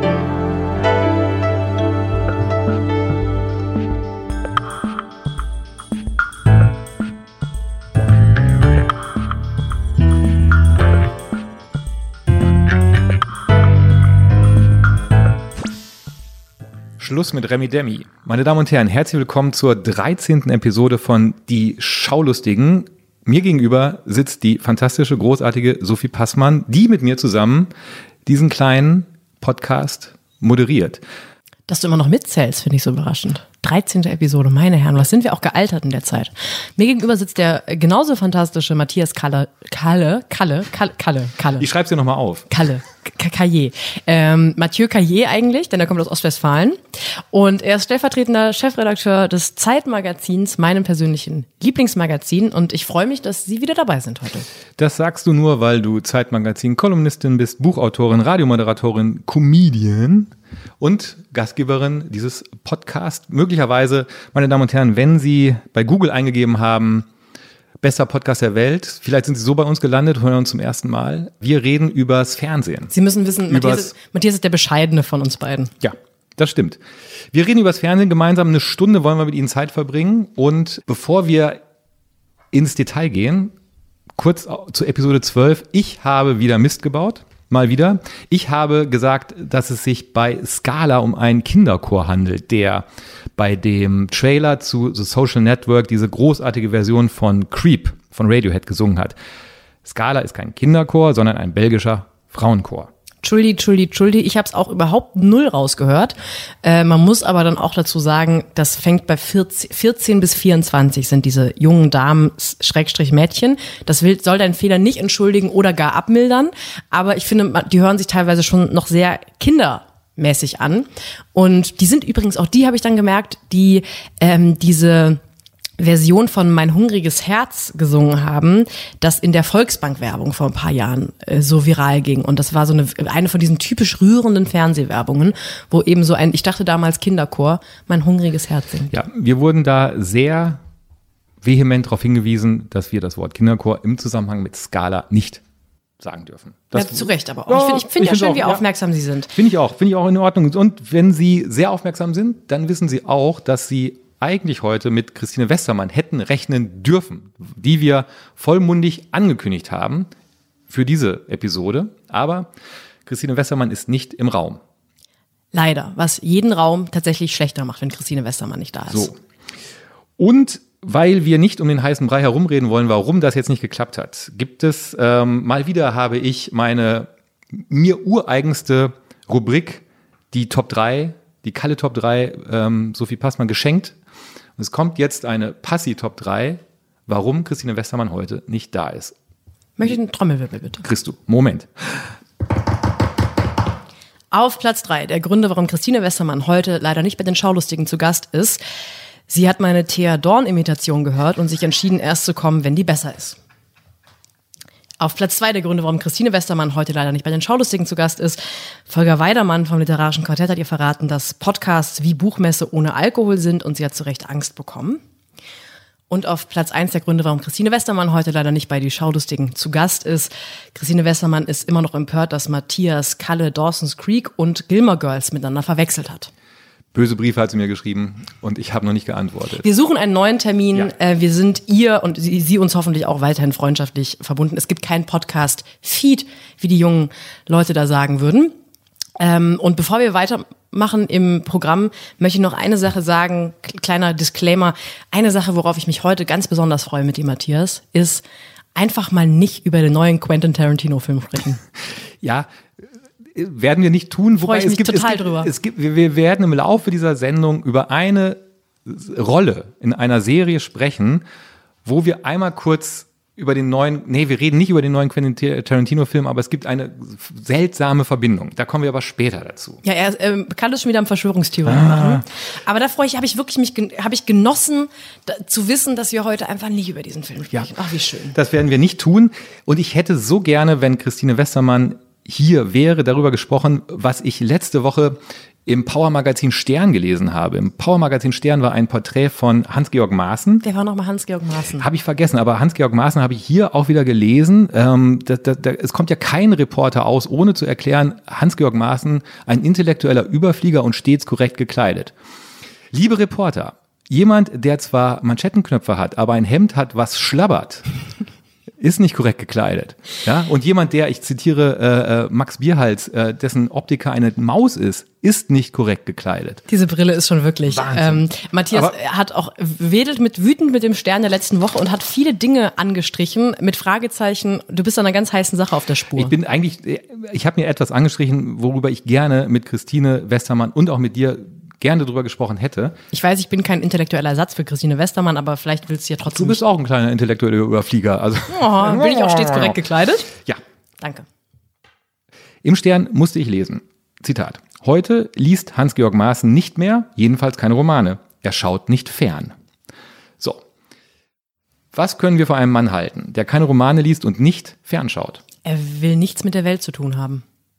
Schluss mit Remi Demi. Meine Damen und Herren, herzlich willkommen zur 13. Episode von Die Schaulustigen. Mir gegenüber sitzt die fantastische, großartige Sophie Passmann, die mit mir zusammen diesen kleinen Podcast moderiert. Dass du immer noch mitzählst, finde ich so überraschend. 13. Episode, meine Herren, was sind wir auch gealtert in der Zeit. Mir gegenüber sitzt der genauso fantastische Matthias Kalle. Ich schreib's dir nochmal auf. Caillé. Mathieu Caillé eigentlich, denn er kommt aus Ostwestfalen. Und er ist stellvertretender Chefredakteur des Zeitmagazins, meinem persönlichen Lieblingsmagazin. Und ich freue mich, dass Sie wieder dabei sind heute. Das sagst du nur, weil du Zeitmagazin-Kolumnistin bist, Buchautorin, Radiomoderatorin, Comedian und Gastgeberin dieses Podcasts. Möglicherweise, meine Damen und Herren, wenn Sie bei Google eingegeben haben, bester Podcast der Welt, vielleicht sind Sie so bei uns gelandet, hören uns zum ersten Mal. Wir reden übers Fernsehen. Sie müssen wissen, Matthias ist der Bescheidene von uns beiden. Ja, das stimmt. Wir reden übers Fernsehen gemeinsam. Eine Stunde wollen wir mit Ihnen Zeit verbringen. Und bevor wir ins Detail gehen, kurz zu Episode 12. Ich habe wieder Mist gebaut. Mal wieder. Ich habe gesagt, dass es sich bei Scala um einen Kinderchor handelt, der bei dem Trailer zu The Social Network diese großartige Version von Creep von Radiohead gesungen hat. Scala ist kein Kinderchor, sondern ein belgischer Frauenchor. Entschuldi, ich habe es auch überhaupt null rausgehört. Man muss aber dann auch dazu sagen, das fängt bei 14 bis 24 sind diese jungen Damen, Schrägstrich Mädchen. Soll deinen Fehler nicht entschuldigen oder gar abmildern. Aber ich finde, die hören sich teilweise schon noch sehr kindermäßig an. Und die sind übrigens, auch die habe ich dann gemerkt, die diese Version von Mein hungriges Herz gesungen haben, das in der Volksbank-Werbung vor ein paar Jahren so viral ging. Und das war so eine von diesen typisch rührenden Fernsehwerbungen, wo eben so ich dachte damals Kinderchor, Mein hungriges Herz singt. Ja, wir wurden da sehr vehement darauf hingewiesen, dass wir das Wort Kinderchor im Zusammenhang mit Scala nicht sagen dürfen. Ja, zu Recht aber auch. Ja, ich finde ja schön, auch, wie aufmerksam Sie sind. Finde ich auch in Ordnung. Und wenn Sie sehr aufmerksam sind, dann wissen Sie auch, dass Sie eigentlich heute mit Christine Westermann hätten rechnen dürfen, die wir vollmundig angekündigt haben für diese Episode. Aber Christine Westermann ist nicht im Raum. Leider, was jeden Raum tatsächlich schlechter macht, wenn Christine Westermann nicht da ist. So. Und weil wir nicht um den heißen Brei herumreden wollen, warum das jetzt nicht geklappt hat, gibt es, mal wieder habe ich meine mir ureigenste Rubrik, die Top 3, die Kalle Top 3, Sophie Passmann geschenkt. Und es kommt jetzt eine Passi-Top 3, warum Christine Westermann heute nicht da ist. Möchte ich einen Trommelwirbel bitte? Kriegst du. Moment. Auf Platz 3 der Gründe, warum Christine Westermann heute leider nicht bei den Schaulustigen zu Gast ist. Sie hat meine Thea Dorn-Imitation gehört und sich entschieden, erst zu kommen, wenn die besser ist. Auf Platz 2 der Gründe, warum Christine Westermann heute leider nicht bei den Schaulustigen zu Gast ist. Volker Weidermann vom Literarischen Quartett hat ihr verraten, dass Podcasts wie Buchmesse ohne Alkohol sind und sie hat zu Recht Angst bekommen. Und auf Platz 1 der Gründe, warum Christine Westermann heute leider nicht bei die Schaulustigen zu Gast ist. Christine Westermann ist immer noch empört, dass Matthias Kalle Dawson's Creek und Gilmore Girls miteinander verwechselt hat. Böse Briefe hat sie mir geschrieben und ich habe noch nicht geantwortet. Wir suchen einen neuen Termin. Ja. Wir sind ihr und sie uns hoffentlich auch weiterhin freundschaftlich verbunden. Es gibt keinen Podcast-Feed, wie die jungen Leute da sagen würden. Und bevor wir weitermachen im Programm, möchte ich noch eine Sache sagen, kleiner Disclaimer. Eine Sache, worauf ich mich heute ganz besonders freue mit dir, Matthias, ist einfach mal nicht über den neuen Quentin Tarantino-Film sprechen. Ja, werden wir nicht tun. Freue ich mich total drüber. Wir werden im Laufe dieser Sendung über eine Rolle in einer Serie sprechen, wo wir einmal kurz über den wir reden nicht über den neuen Quentin Tarantino-Film, aber es gibt eine seltsame Verbindung. Da kommen wir aber später dazu. Ja, er kann das schon wieder am Verschwörungstheorien machen. Aber da habe ich genossen, zu wissen, dass wir heute einfach nicht über diesen Film sprechen. Ach, wie schön. Das werden wir nicht tun. Und ich hätte so gerne, wenn Christine Westermann hier wäre, darüber gesprochen, was ich letzte Woche im Power-Magazin Stern gelesen habe. Im Power-Magazin Stern war ein Porträt von Hans-Georg Maaßen. Wer war nochmal Hans-Georg Maaßen? Habe ich vergessen, aber Hans-Georg Maaßen habe ich hier auch wieder gelesen. Es kommt ja kein Reporter aus, ohne zu erklären, Hans-Georg Maaßen, ein intellektueller Überflieger und stets korrekt gekleidet. Liebe Reporter, jemand, der zwar Manschettenknöpfe hat, aber ein Hemd hat, was schlabbert, ist nicht korrekt gekleidet. Ja? Und jemand, der, ich zitiere Max Bierhals, dessen Optiker eine Maus ist nicht korrekt gekleidet. Diese Brille ist schon wirklich. Matthias hat auch wütend mit dem Stern der letzten Woche und hat viele Dinge angestrichen mit Fragezeichen. Du bist an einer ganz heißen Sache auf der Spur. Ich habe mir etwas angestrichen, worüber ich gerne mit Christine Westermann und auch mit dir gerne drüber gesprochen hätte. Ich weiß, ich bin kein intellektueller Ersatz für Christine Westermann, aber vielleicht willst du ja trotzdem. Du bist auch ein kleiner intellektueller Überflieger. Also. Bin ich auch stets korrekt gekleidet? Ja. Danke. Im Stern musste ich lesen. Zitat. Heute liest Hans-Georg Maaßen nicht mehr, jedenfalls keine Romane. Er schaut nicht fern. So. Was können wir von einem Mann halten, der keine Romane liest und nicht fernschaut? Er will nichts mit der Welt zu tun haben.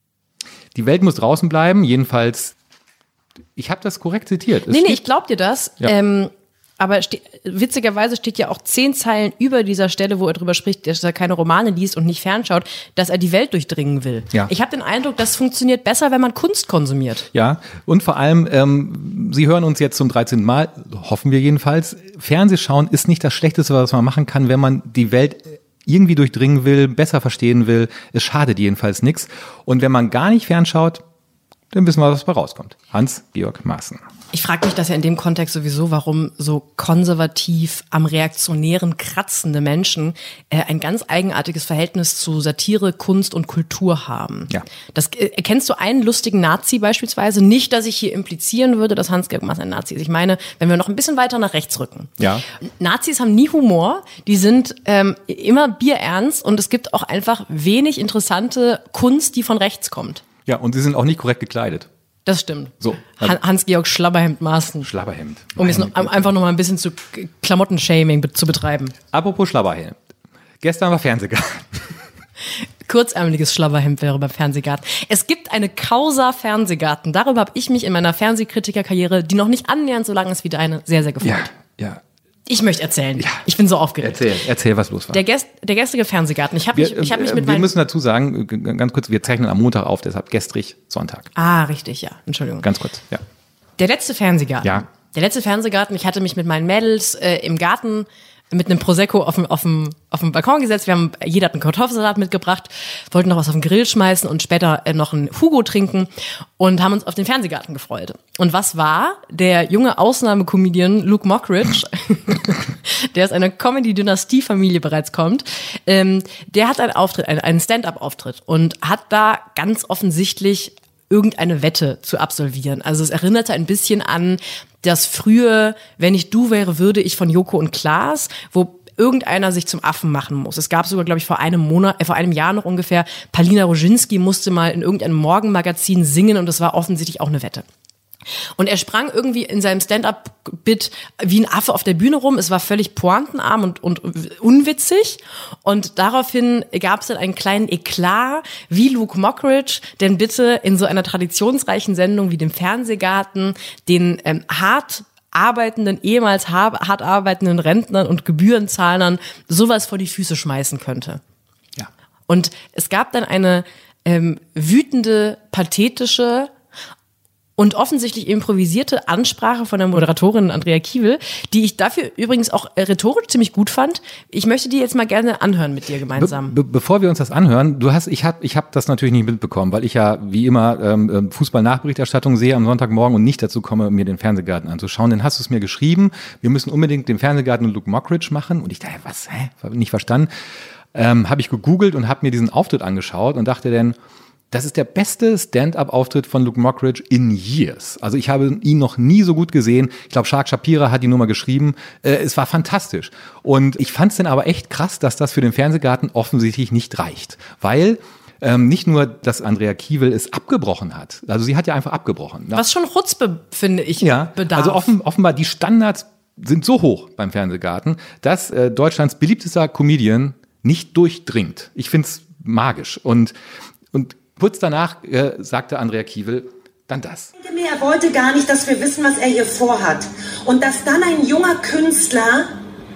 Die Welt muss draußen bleiben, jedenfalls. Ich habe das korrekt zitiert. Ich glaub dir das. Ja. Aber witzigerweise steht ja auch 10 Zeilen über dieser Stelle, wo er drüber spricht, dass er keine Romane liest und nicht fernschaut, dass er die Welt durchdringen will. Ja. Ich habe den Eindruck, das funktioniert besser, wenn man Kunst konsumiert. Ja, und vor allem, Sie hören uns jetzt zum 13. Mal, hoffen wir jedenfalls. Fernsehschauen ist nicht das Schlechteste, was man machen kann, wenn man die Welt irgendwie durchdringen will, besser verstehen will. Es schadet jedenfalls nichts. Und wenn man gar nicht fernschaut, dann wissen wir, was dabei rauskommt. Hans-Georg Maaßen. Ich frage mich das ja in dem Kontext sowieso, warum so konservativ am Reaktionären kratzende Menschen ein ganz eigenartiges Verhältnis zu Satire, Kunst und Kultur haben. Ja. Kennst du einen lustigen Nazi beispielsweise? Nicht, dass ich hier implizieren würde, dass Hans-Georg Maaßen ein Nazi ist. Ich meine, wenn wir noch ein bisschen weiter nach rechts rücken. Ja. Nazis haben nie Humor, die sind immer bierernst und es gibt auch einfach wenig interessante Kunst, die von rechts kommt. Ja, und sie sind auch nicht korrekt gekleidet. Das stimmt. So. Hans-Georg Schlabberhemd Maaßen. Schlabberhemd. Um jetzt einfach noch mal ein bisschen zu Klamottenshaming zu betreiben. Apropos Schlabberhemd. Gestern war Fernsehgarten. Kurzärmeliges Schlabberhemd wäre beim Fernsehgarten. Es gibt eine Causa Fernsehgarten. Darüber habe ich mich in meiner Fernsehkritikerkarriere, die noch nicht annähernd so lang ist wie deine, sehr, sehr gefreut. Ja. Ich möchte erzählen. Ja. Ich bin so aufgeregt. Erzähl, was los war. Der gestrige Fernsehgarten. Ich hab mich mit wir müssen dazu sagen, ganz kurz, wir zeichnen am Montag auf, deshalb gestrig Sonntag. Ah, richtig, ja. Entschuldigung. Ganz kurz, ja. Der letzte Fernsehgarten. Ja. Der letzte Fernsehgarten. Ich hatte mich mit meinen Mädels im Garten mit einem Prosecco auf dem Balkon gesetzt. Jeder hat einen Kartoffelsalat mitgebracht, wollten noch was auf den Grill schmeißen und später noch einen Hugo trinken und haben uns auf den Fernsehgarten gefreut. Und was war? Der junge Ausnahmecomedian Luke Mockridge, der aus einer Comedy-Dynastie-Familie bereits kommt, der hat einen Stand-up-Auftritt und hat da ganz offensichtlich irgendeine Wette zu absolvieren. Also es erinnerte ein bisschen an das frühe, wenn ich du wäre, würde ich von Joko und Klaas, wo irgendeiner sich zum Affen machen muss. Es gab sogar, glaube ich, vor einem Jahr noch ungefähr, Palina Roginski musste mal in irgendeinem Morgenmagazin singen und das war offensichtlich auch eine Wette. Und er sprang irgendwie in seinem Stand-up-Bit wie ein Affe auf der Bühne rum. Es war völlig pointenarm und unwitzig. Und daraufhin gab es dann einen kleinen Eklat, wie Luke Mockridge denn bitte in so einer traditionsreichen Sendung wie dem Fernsehgarten den ehemals hart arbeitenden Rentnern und Gebührenzahlern sowas vor die Füße schmeißen könnte. Ja. Und es gab dann eine wütende, pathetische und offensichtlich improvisierte Ansprache von der Moderatorin Andrea Kiewel, die ich dafür übrigens auch rhetorisch ziemlich gut fand. Ich möchte die jetzt mal gerne anhören mit dir gemeinsam. Bevor wir uns das anhören, ich hab das natürlich nicht mitbekommen, weil ich ja wie immer Fußball-Nachberichterstattung sehe am Sonntagmorgen und nicht dazu komme, mir den Fernsehgarten anzuschauen. Dann hast du es mir geschrieben, wir müssen unbedingt den Fernsehgarten und Luke Mockridge machen. Und ich dachte, was? Nicht verstanden. Habe ich gegoogelt und habe mir diesen Auftritt angeschaut und dachte dann, das ist der beste Stand-up-Auftritt von Luke Mockridge in years. Also ich habe ihn noch nie so gut gesehen. Ich glaube, Shark Shapira hat die Nummer geschrieben. Es war fantastisch. Und ich fand es dann aber echt krass, dass das für den Fernsehgarten offensichtlich nicht reicht. Weil nicht nur, dass Andrea Kiewel es abgebrochen hat. Also sie hat ja einfach abgebrochen. Was schon Chutzpe, finde ich, bedarf. Also offenbar die Standards sind so hoch beim Fernsehgarten, dass Deutschlands beliebtester Comedian nicht durchdringt. Ich finde es magisch. Und kurz danach sagte Andrea Kiewel, dann das. Ich denke mir, er wollte gar nicht, dass wir wissen, was er hier vorhat. Und dass dann ein junger Künstler,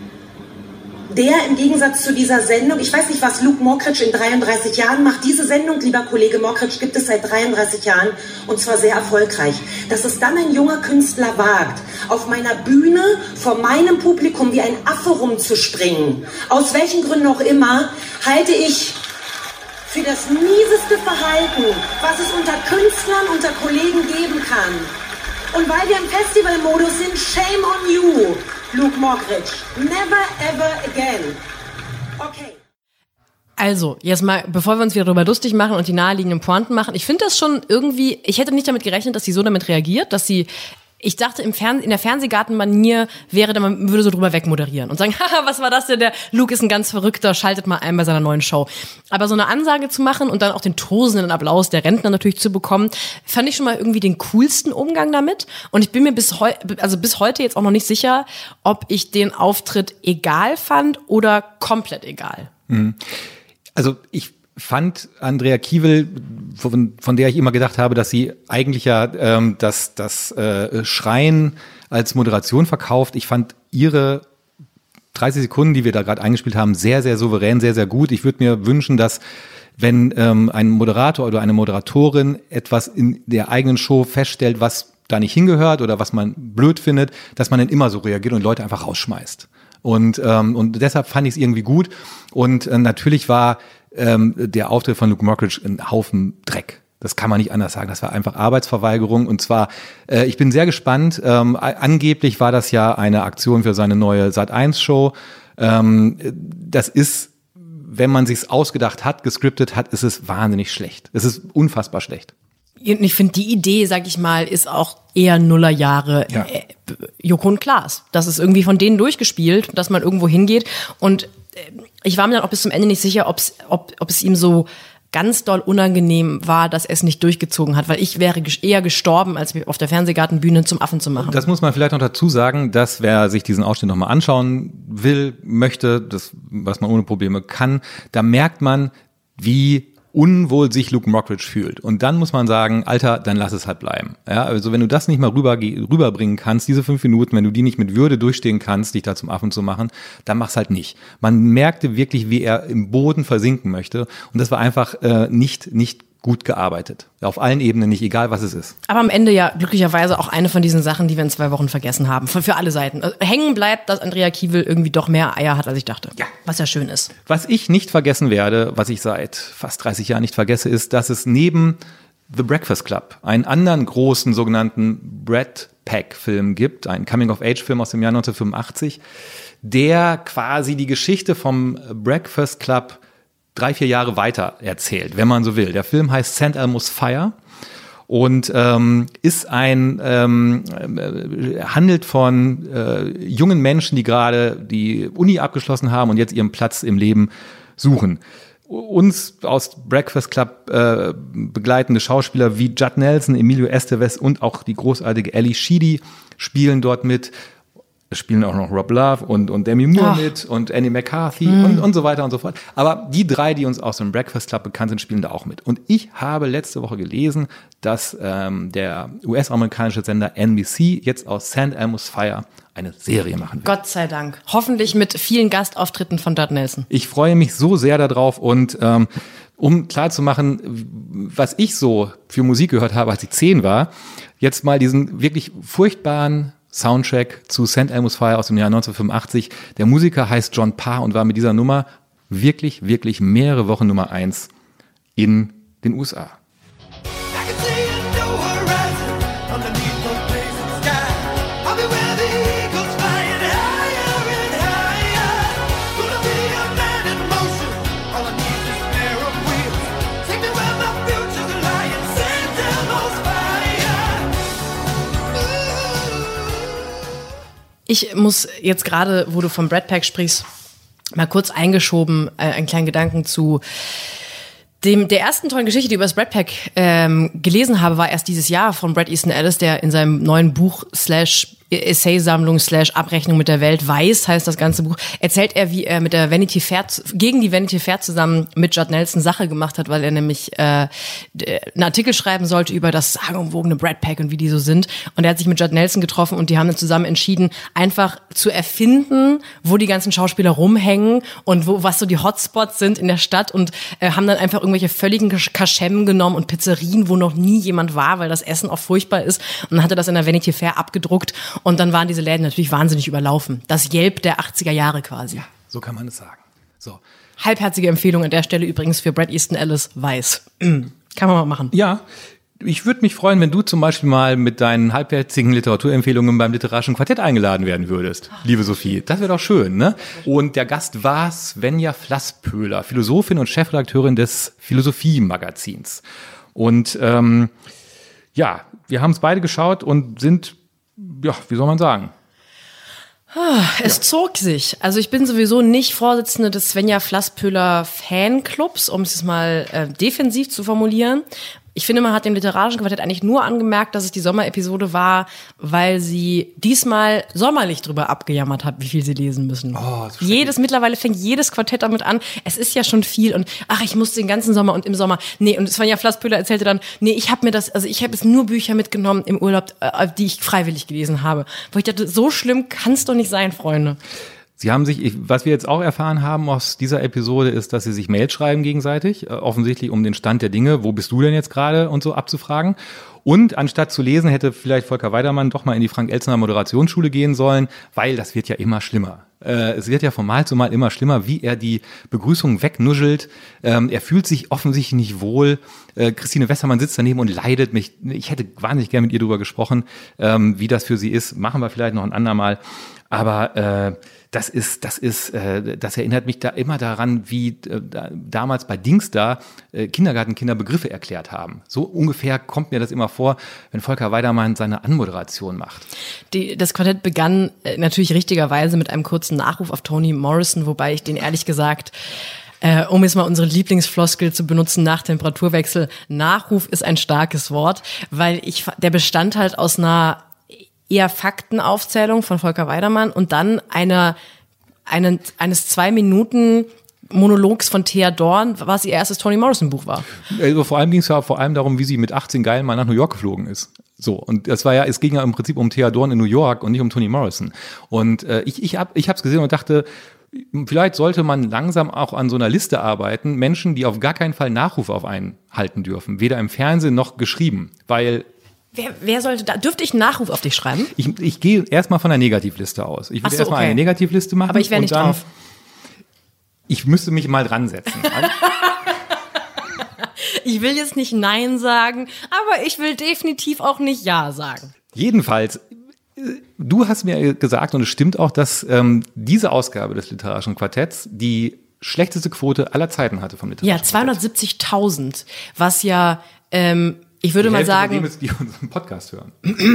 der im Gegensatz zu dieser Sendung, ich weiß nicht, was Luke Mockridge in 33 Jahren macht. Diese Sendung, lieber Kollege Mockridge, gibt es seit 33 Jahren und zwar sehr erfolgreich. Dass es dann ein junger Künstler wagt, auf meiner Bühne vor meinem Publikum wie ein Affe rumzuspringen, aus welchen Gründen auch immer, halte ich für das mieseste Verhalten, was es unter Künstlern, unter Kollegen geben kann. Und weil wir im Festivalmodus sind, shame on you, Luke Mockridge. Never ever again. Okay. Also, jetzt mal, bevor wir uns wieder darüber lustig machen und die naheliegenden Pointen machen, ich finde das schon irgendwie, ich hätte nicht damit gerechnet, dass sie so damit reagiert, dass sie, ich dachte, in der Fernsehgartenmanier wäre, man würde so drüber wegmoderieren und sagen, haha, was war das denn, der Luke ist ein ganz Verrückter, schaltet mal ein bei seiner neuen Show. Aber so eine Ansage zu machen und dann auch den tosenden Applaus der Rentner natürlich zu bekommen, fand ich schon mal irgendwie den coolsten Umgang damit. Und ich bin mir bis heute jetzt auch noch nicht sicher, ob ich den Auftritt egal fand oder komplett egal. Also ich fand Andrea Kiewel, von der ich immer gedacht habe, dass sie eigentlich ja das Schreien als Moderation verkauft. Ich fand ihre 30 Sekunden, die wir da gerade eingespielt haben, sehr, sehr souverän, sehr, sehr gut. Ich würde mir wünschen, dass wenn ein Moderator oder eine Moderatorin etwas in der eigenen Show feststellt, was da nicht hingehört oder was man blöd findet, dass man dann immer so reagiert und Leute einfach rausschmeißt. Und deshalb fand ich es irgendwie gut. Und natürlich war der Auftritt von Luke Mockridge ein Haufen Dreck. Das kann man nicht anders sagen. Das war einfach Arbeitsverweigerung. Und zwar, ich bin sehr gespannt. Angeblich war das ja eine Aktion für seine neue Sat.1-Show. Das ist, wenn man sich's ausgedacht hat, gescriptet hat, ist es wahnsinnig schlecht. Es ist unfassbar schlecht. Ich finde, die Idee, sag ich mal, ist auch eher Nullerjahre. Ja. Joko und Klaas. Das ist irgendwie von denen durchgespielt, dass man irgendwo hingeht. Und ich war mir dann auch bis zum Ende nicht sicher, ob es ihm so ganz doll unangenehm war, dass er es nicht durchgezogen hat, weil ich wäre eher gestorben, als mich auf der Fernsehgartenbühne zum Affen zu machen. Das muss man vielleicht noch dazu sagen, dass wer sich diesen Ausschnitt nochmal anschauen will, möchte, das, was man ohne Probleme kann, da merkt man, wie unwohl sich Luke Mockridge fühlt. Und dann muss man sagen, Alter, dann lass es halt bleiben. Ja, also wenn du das nicht mal rüberbringen kannst, diese 5 Minuten, wenn du die nicht mit Würde durchstehen kannst, dich da zum Affen zu machen, dann mach's halt nicht. Man merkte wirklich, wie er im Boden versinken möchte. Und das war einfach nicht gut gearbeitet. Auf allen Ebenen nicht, egal was es ist. Aber am Ende ja glücklicherweise auch eine von diesen Sachen, die wir in 2 Wochen vergessen haben. Für alle Seiten. Hängen bleibt, dass Andrea Kiewel irgendwie doch mehr Eier hat, als ich dachte. Ja. Was ja schön ist. Was ich nicht vergessen werde, was ich seit fast 30 Jahren nicht vergesse, ist, dass es neben The Breakfast Club einen anderen großen sogenannten Brat Pack-Film gibt, einen Coming-of-Age-Film aus dem Jahr 1985, der quasi die Geschichte vom Breakfast Club 3-4 Jahre weiter erzählt, wenn man so will. Der Film heißt St. Elmo's Fire und ist handelt von jungen Menschen, die gerade die Uni abgeschlossen haben und jetzt ihren Platz im Leben suchen. Uns aus Breakfast Club begleitende Schauspieler wie Judd Nelson, Emilio Estevez und auch die großartige Ally Sheedy spielen dort mit. Es spielen auch noch Rob Love und Demi Moore mit und Annie McCarthy und so weiter und so fort. Aber die 3, die uns aus dem Breakfast Club bekannt sind, spielen da auch mit. Und ich habe letzte Woche gelesen, dass der US-amerikanische Sender NBC jetzt aus St. Elmo's Fire eine Serie machen wird. Gott sei Dank. Hoffentlich mit vielen Gastauftritten von Judd Nelson. Ich freue mich so sehr darauf und um klarzumachen, was ich so für Musik gehört habe, als ich 10 war, jetzt mal diesen wirklich furchtbaren Soundtrack zu St. Elmo's Fire aus dem Jahr 1985. Der Musiker heißt John Parr und war mit dieser Nummer wirklich, wirklich mehrere Wochen Nummer 1 in den USA. Ich muss jetzt gerade, wo du vom Brat Pack sprichst, mal kurz eingeschoben, einen kleinen Gedanken zu der ersten tollen Geschichte, die ich über das Brat Pack gelesen habe, war erst dieses Jahr von Bret Easton Ellis, der in seinem neuen Buch / Essaysammlung / Abrechnung mit der Welt, Weiß heißt das ganze Buch, erzählt er, wie er mit der Vanity Fair, gegen die Vanity Fair zusammen mit Judd Nelson Sache gemacht hat, weil er nämlich einen Artikel schreiben sollte über das sagenumwogene Brat Pack und wie die so sind. Und er hat sich mit Judd Nelson getroffen und die haben dann zusammen entschieden, einfach zu erfinden, wo die ganzen Schauspieler rumhängen und was so die Hotspots sind in der Stadt und haben dann einfach irgendwelche völligen Kaschemmen genommen und Pizzerien, wo noch nie jemand war, weil das Essen auch furchtbar ist. Und dann hat er das in der Vanity Fair abgedruckt und dann waren diese Läden natürlich wahnsinnig überlaufen. Das Yelp der 80er Jahre quasi. Ja, so kann man es sagen. So. Halbherzige Empfehlung an der Stelle übrigens für Bret Easton Ellis, Weiß. Kann man mal machen. Ja, ich würde mich freuen, wenn du zum Beispiel mal mit deinen halbherzigen Literaturempfehlungen beim Literarischen Quartett eingeladen werden würdest, liebe Sophie. Das wäre doch schön, ne? Und der Gast war Svenja Flasspöhler, Philosophin und Chefredakteurin des Philosophie-Magazins. Und ja, wir haben es beide geschaut und sind, ja, wie soll man sagen? Es zog sich. Also ich bin sowieso nicht Vorsitzende des Svenja Flasspöhler Fanclubs, um es mal defensiv zu formulieren. Ich finde, man hat dem Literarischen Quartett eigentlich nur angemerkt, dass es die Sommerepisode war, weil sie diesmal sommerlich drüber abgejammert hat, wie viel sie lesen müssen. Mittlerweile fängt jedes Quartett damit an, es ist ja schon viel und ich muss den ganzen Sommer und im Sommer, und Svenja Flasspöhler erzählte dann, ich habe jetzt nur Bücher mitgenommen im Urlaub, die ich freiwillig gelesen habe. Wo ich dachte, so schlimm kann es doch nicht sein, Freunde. Sie haben sich, was wir jetzt auch erfahren haben aus dieser Episode, ist, dass sie sich Mails schreiben gegenseitig, offensichtlich um den Stand der Dinge, wo bist du denn jetzt gerade und so abzufragen. Und anstatt zu lesen, hätte vielleicht Volker Weidermann doch mal in die Frank-Elzener Moderationsschule gehen sollen, weil das wird ja immer schlimmer. Es wird ja von Mal zu Mal immer schlimmer, wie er die Begrüßung wegnuschelt. Er fühlt sich offensichtlich nicht wohl. Christine Westermann sitzt daneben und leidet mich. Ich hätte wahnsinnig gerne mit ihr drüber gesprochen, wie das für sie ist. Machen wir vielleicht noch ein andermal. Aber das erinnert mich da immer daran, wie damals bei Dings Kindergartenkinder Begriffe erklärt haben. So ungefähr kommt mir das immer vor, wenn Volker Weidermann seine Anmoderation macht. Das Quartett begann natürlich richtigerweise mit einem kurzen Nachruf auf Toni Morrison, wobei ich den ehrlich gesagt, um jetzt mal unsere Lieblingsfloskel zu benutzen nach Temperaturwechsel, Nachruf ist ein starkes Wort, weil der bestand halt aus einer eher Faktenaufzählung von Volker Weidermann und dann eines 2 Minuten Monologs von Thea Dorn, was ihr erstes Toni Morrison Buch war. Also vor allem ging es ja vor allem darum, wie sie mit 18 Geilen mal nach New York geflogen ist. So, und es ging ja im Prinzip um Thea Dorn in New York und nicht um Toni Morrison. Und ich hab's gesehen und dachte, vielleicht sollte man langsam auch an so einer Liste arbeiten, Menschen, die auf gar keinen Fall Nachrufe auf einen halten dürfen, weder im Fernsehen noch geschrieben, weil Wer sollte da? Dürfte ich einen Nachruf auf dich schreiben? Ich gehe erstmal von der Negativliste aus. Ich würde erstmal eine Negativliste machen. Aber ich wäre nicht drauf. Ich müsste mich mal dran setzen. Ich will jetzt nicht Nein sagen, aber ich will definitiv auch nicht Ja sagen. Jedenfalls, du hast mir gesagt, und es stimmt auch, dass diese Ausgabe des Literarischen Quartetts die schlechteste Quote aller Zeiten hatte vom Literarischen Quartett. Ja, 270.000, was ja ich würde mal sagen, die unseren Podcast hören.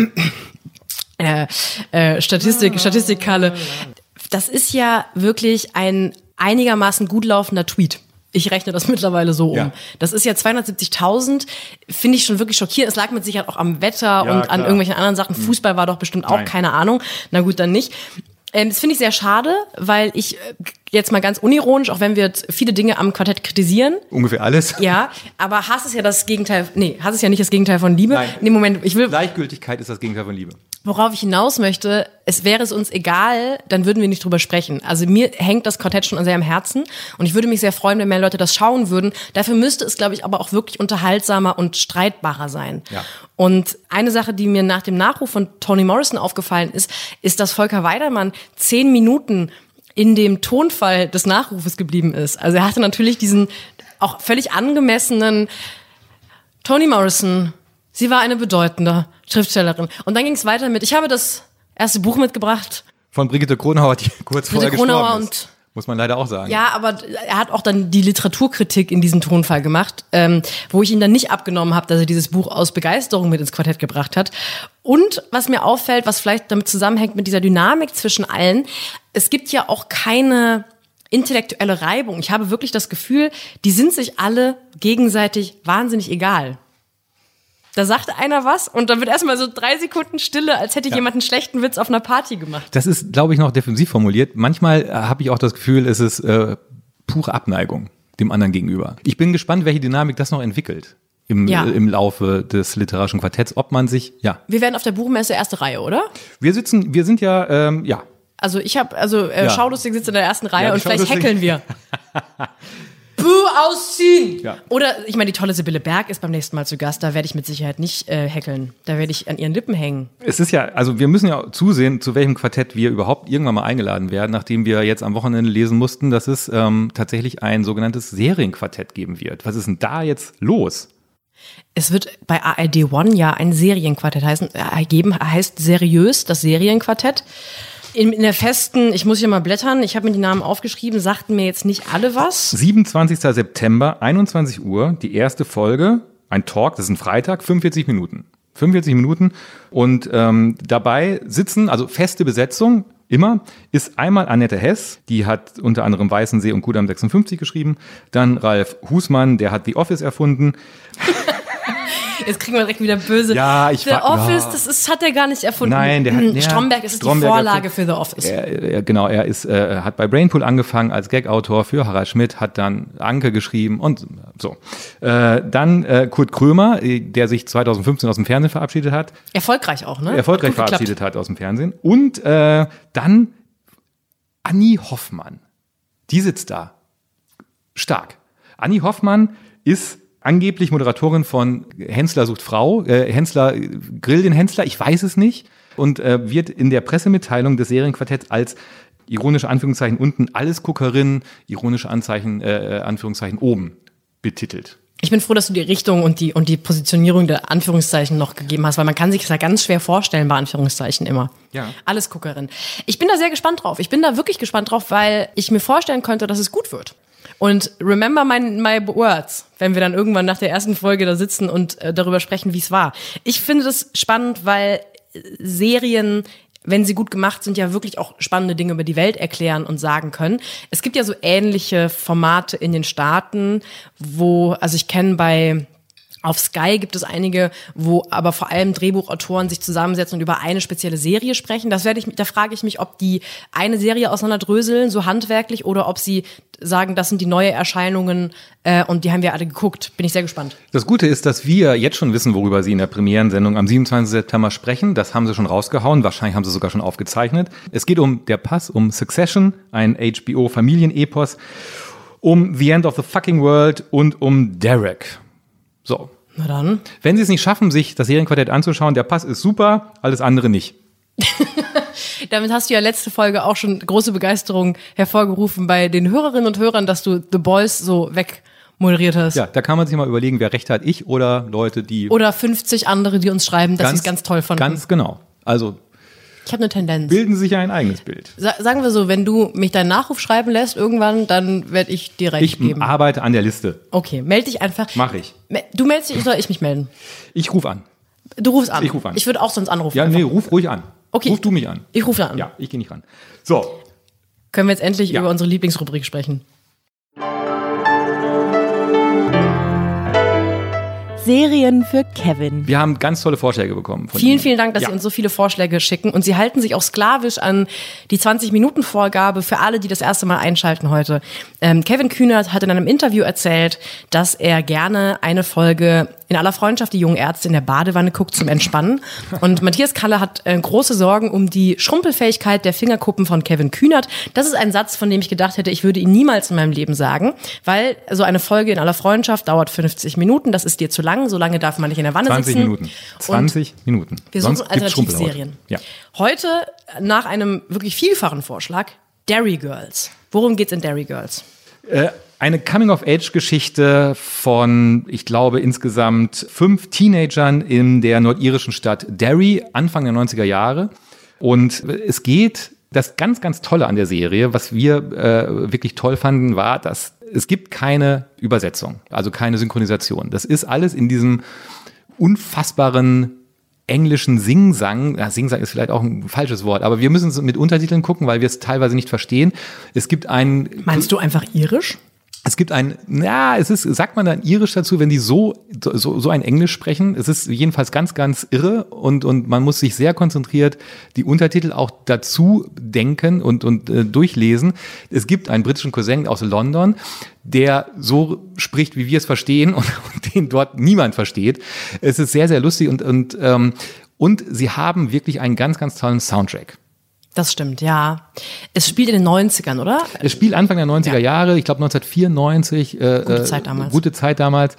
Statistikkalle. Das ist ja wirklich ein einigermaßen gut laufender Tweet. Ich rechne das mittlerweile so um. Ja. Das ist ja 270.000, finde ich schon wirklich schockierend. Es lag mit Sicherheit auch am Wetter und an irgendwelchen anderen Sachen. Fußball war doch bestimmt auch, keine Ahnung. Na gut, dann nicht. Das finde ich sehr schade, weil ich jetzt mal ganz unironisch, auch wenn wir viele Dinge am Quartett kritisieren. Ungefähr alles. Ja, aber Hass ist ja das Gegenteil, Hass ist ja nicht das Gegenteil von Liebe. Nein. Nee, Moment, Gleichgültigkeit ist das Gegenteil von Liebe. Worauf ich hinaus möchte, wäre es uns egal, dann würden wir nicht drüber sprechen. Also mir hängt das Quartett schon sehr am Herzen und ich würde mich sehr freuen, wenn mehr Leute das schauen würden. Dafür müsste es, glaube ich, aber auch wirklich unterhaltsamer und streitbarer sein. Ja. Und eine Sache, die mir nach dem Nachruf von Toni Morrison aufgefallen ist, dass Volker Weidermann 10 Minuten in dem Tonfall des Nachrufes geblieben ist. Also er hatte natürlich diesen auch völlig angemessenen Toni Morrison, sie war eine bedeutende Schriftstellerin. Und dann ging es weiter mit, ich habe das erste Buch mitgebracht. Von Brigitte Kronauer, die kurz vorher gestorben ist. Muss man leider auch sagen. Ja, aber er hat auch dann die Literaturkritik in diesem Tonfall gemacht, wo ich ihm dann nicht abgenommen habe, dass er dieses Buch aus Begeisterung mit ins Quartett gebracht hat. Und was mir auffällt, was vielleicht damit zusammenhängt mit dieser Dynamik zwischen allen, es gibt ja auch keine intellektuelle Reibung. Ich habe wirklich das Gefühl, die sind sich alle gegenseitig wahnsinnig egal. Da sagt einer was und dann wird erstmal so 3 Sekunden Stille, als hätte jemand einen schlechten Witz auf einer Party gemacht. Das ist, glaube ich, noch defensiv formuliert. Manchmal habe ich auch das Gefühl, es ist pure Abneigung dem anderen gegenüber. Ich bin gespannt, welche Dynamik das noch entwickelt im Laufe des literarischen Quartetts, ob man sich, Wir werden auf der Buchmesse erste Reihe, oder? Wir sind ja. Also Schaulustig sitzt in der ersten Reihe und vielleicht heckeln wir. Buh, ausziehen! Ja. Oder, ich meine, die tolle Sibylle Berg ist beim nächsten Mal zu Gast, da werde ich mit Sicherheit nicht heckeln. Da werde ich an ihren Lippen hängen. Es ist ja, also wir müssen ja zusehen, zu welchem Quartett wir überhaupt irgendwann mal eingeladen werden, nachdem wir jetzt am Wochenende lesen mussten, dass es tatsächlich ein sogenanntes Serienquartett geben wird. Was ist denn da jetzt los? Es wird bei ARD One ja ein Serienquartett heißt seriös, das Serienquartett. In der festen, ich muss hier mal blättern, ich habe mir die Namen aufgeschrieben, sagten mir jetzt nicht alle was. 27. September, 21 Uhr, die erste Folge, ein Talk, das ist ein Freitag, 45 Minuten. 45 Minuten und dabei sitzen, also feste Besetzung, immer, ist einmal Annette Hess, die hat unter anderem Weißensee und Kudamm 56 geschrieben, dann Ralf Husmann, der hat The Office erfunden. Jetzt kriegen wir direkt wieder böse. Ja, The Office, das hat er gar nicht erfunden. Nein, der hat Stromberg ist die Vorlage für The Office. Er hat bei Brainpool angefangen als Gag-Autor für Harald Schmidt, hat dann Anke geschrieben und so. Dann Kurt Krömer, der sich 2015 aus dem Fernsehen verabschiedet hat. Erfolgreich auch, ne? Erfolgreich verabschiedet hat aus dem Fernsehen. Und dann Annie Hoffmann. Die sitzt da. Stark. Annie Hoffmann ist angeblich Moderatorin von Hensler sucht Frau, Hensler Grill den Hensler, ich weiß es nicht, und wird in der Pressemitteilung des Serienquartetts als ironische Anführungszeichen unten Allesguckerin, ironische Anführungszeichen oben betitelt. Ich bin froh, dass du die Richtung und die Positionierung der Anführungszeichen noch gegeben hast, weil man kann sich das ja ganz schwer vorstellen bei Anführungszeichen immer. Ja. Allesguckerin. Ich bin da sehr gespannt drauf. Ich bin da wirklich gespannt drauf, weil ich mir vorstellen könnte, dass es gut wird. Und remember my words, wenn wir dann irgendwann nach der ersten Folge da sitzen und darüber sprechen, wie es war. Ich finde das spannend, weil Serien, wenn sie gut gemacht sind, ja wirklich auch spannende Dinge über die Welt erklären und sagen können. Es gibt ja so ähnliche Formate in den Staaten, ich kenne auf Sky gibt es einige, wo aber vor allem Drehbuchautoren sich zusammensetzen und über eine spezielle Serie sprechen. Da frage ich mich, ob die eine Serie auseinanderdröseln, so handwerklich, oder ob sie sagen, das sind die neue Erscheinungen und die haben wir alle geguckt. Bin ich sehr gespannt. Das Gute ist, dass wir jetzt schon wissen, worüber Sie in der Premierensendung am 27. September sprechen. Das haben Sie schon rausgehauen. Wahrscheinlich haben Sie sogar schon aufgezeichnet. Es geht um Der Pass, um Succession, ein HBO-Familienepos, um The End of the Fucking World und um Derek. So. Na dann. Wenn Sie es nicht schaffen, sich das Serienquartett anzuschauen, Der Pass ist super, alles andere nicht. Damit hast du ja letzte Folge auch schon große Begeisterung hervorgerufen bei den Hörerinnen und Hörern, dass du The Boys so wegmoderiert hast. Ja, da kann man sich mal überlegen, wer recht hat, ich oder Leute, die... Oder 50 andere, die uns schreiben, dass sie es ganz toll fanden. Ganz genau. Also... Ich habe eine Tendenz. Bilden Sie sich ein eigenes Bild. Sagen wir so, wenn du mich deinen Nachruf schreiben lässt irgendwann, dann werde ich dir recht geben. Ich arbeite an der Liste. Okay, melde dich einfach. Mach ich. Du meldest dich, soll ich mich melden? Ich rufe an. Du rufst an? Ich rufe an. Ich würde auch sonst anrufen. Ja, nee, ruf ruhig an. Okay. Ruf du mich an. Ich rufe an. Ja, ich gehe nicht ran. So. Können wir jetzt endlich über unsere Lieblingsrubrik sprechen? Serien für Kevin. Wir haben ganz tolle Vorschläge bekommen. Vielen Dank, dass Sie uns so viele Vorschläge schicken. Und Sie halten sich auch sklavisch an die 20-Minuten-Vorgabe für alle, die das erste Mal einschalten heute. Kevin Kühnert hat in einem Interview erzählt, dass er gerne eine Folge In aller Freundschaft die jungen Ärzte in der Badewanne guckt zum Entspannen. Und Matthias Kalle hat große Sorgen um die Schrumpelfähigkeit der Fingerkuppen von Kevin Kühnert. Das ist ein Satz, von dem ich gedacht hätte, ich würde ihn niemals in meinem Leben sagen, weil so eine Folge In aller Freundschaft dauert 50 Minuten. Das ist dir zu lang. So lange darf man nicht in der Wanne 20 sitzen. Minuten. 20 Minuten. Wir suchen Alternativserien. Ja. Heute, nach einem wirklich vielfachen Vorschlag, Derry Girls. Worum geht's in Derry Girls? Eine Coming-of-Age-Geschichte von, ich glaube, insgesamt 5 Teenagern in der nordirischen Stadt Derry, Anfang der 90er Jahre. Und es geht, das ganz, ganz Tolle an der Serie, was wir wirklich toll fanden, war, dass es gibt keine Übersetzung, also keine Synchronisation. Das ist alles in diesem unfassbaren englischen Singsang. Ja, Singsang ist vielleicht auch ein falsches Wort, aber wir müssen es mit Untertiteln gucken, weil wir es teilweise nicht verstehen. Es gibt einen... Meinst du einfach irisch? Es gibt sagt man dann irisch dazu, wenn die so ein Englisch sprechen. Es ist jedenfalls ganz, ganz irre und man muss sich sehr konzentriert die Untertitel auch dazu denken und durchlesen. Es gibt einen britischen Cousin aus London, der so spricht, wie wir es verstehen und den dort niemand versteht. Es ist sehr, sehr lustig und sie haben wirklich einen ganz, ganz tollen Soundtrack. Das stimmt, ja. Es spielt in den 90ern, oder? Es spielt Anfang der 90er Jahre, ich glaube 1994. Gute Zeit damals.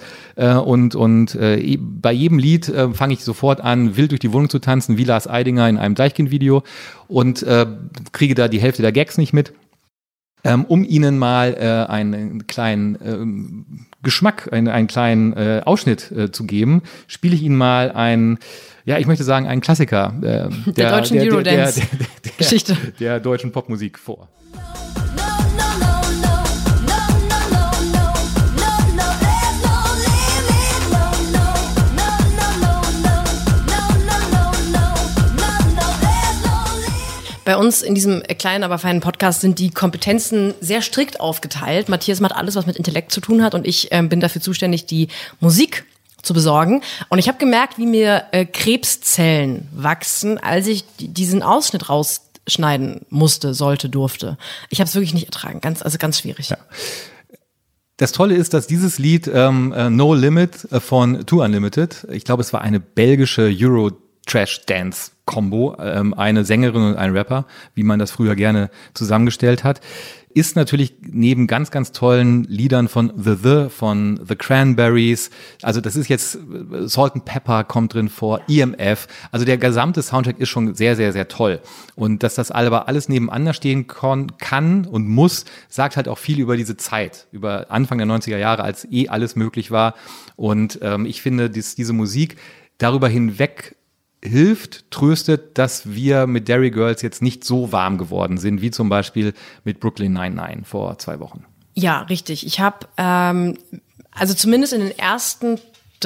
Bei jedem Lied fange ich sofort an, wild durch die Wohnung zu tanzen, wie Lars Eidinger in einem Deichkind-Video und kriege da die Hälfte der Gags nicht mit. Um Ihnen mal einen kleinen Geschmack, einen kleinen Ausschnitt zu geben, spiele ich Ihnen mal einen Klassiker der deutschen Eurodance-Geschichte der deutschen Popmusik vor. Bei uns in diesem kleinen, aber feinen Podcast sind die Kompetenzen sehr strikt aufgeteilt. Matthias macht alles, was mit Intellekt zu tun hat und ich bin dafür zuständig, die Musik zu besorgen. Und ich habe gemerkt, wie mir Krebszellen wachsen, als ich diesen Ausschnitt rausschneiden durfte. Ich habe es wirklich nicht ertragen, ganz schwierig. Ja. Das Tolle ist, dass dieses Lied No Limit von Two Unlimited, ich glaube, es war eine belgische Euro-Trash-Dance-Kombo, eine Sängerin und ein Rapper, wie man das früher gerne zusammengestellt hat, ist natürlich neben ganz, ganz tollen Liedern von von The Cranberries, also das ist jetzt Salt and Pepper kommt drin vor, EMF, also der gesamte Soundtrack ist schon sehr, sehr, sehr toll. Und dass das aber alles nebeneinander stehen kann und muss, sagt halt auch viel über diese Zeit, über Anfang der 90er Jahre, als alles möglich war. Und ich finde, diese Musik darüber hinweg hilft, tröstet, dass wir mit Derry Girls jetzt nicht so warm geworden sind, wie zum Beispiel mit Brooklyn Nine-Nine vor 2 Wochen. Ja, richtig. Ich habe, also zumindest in den ersten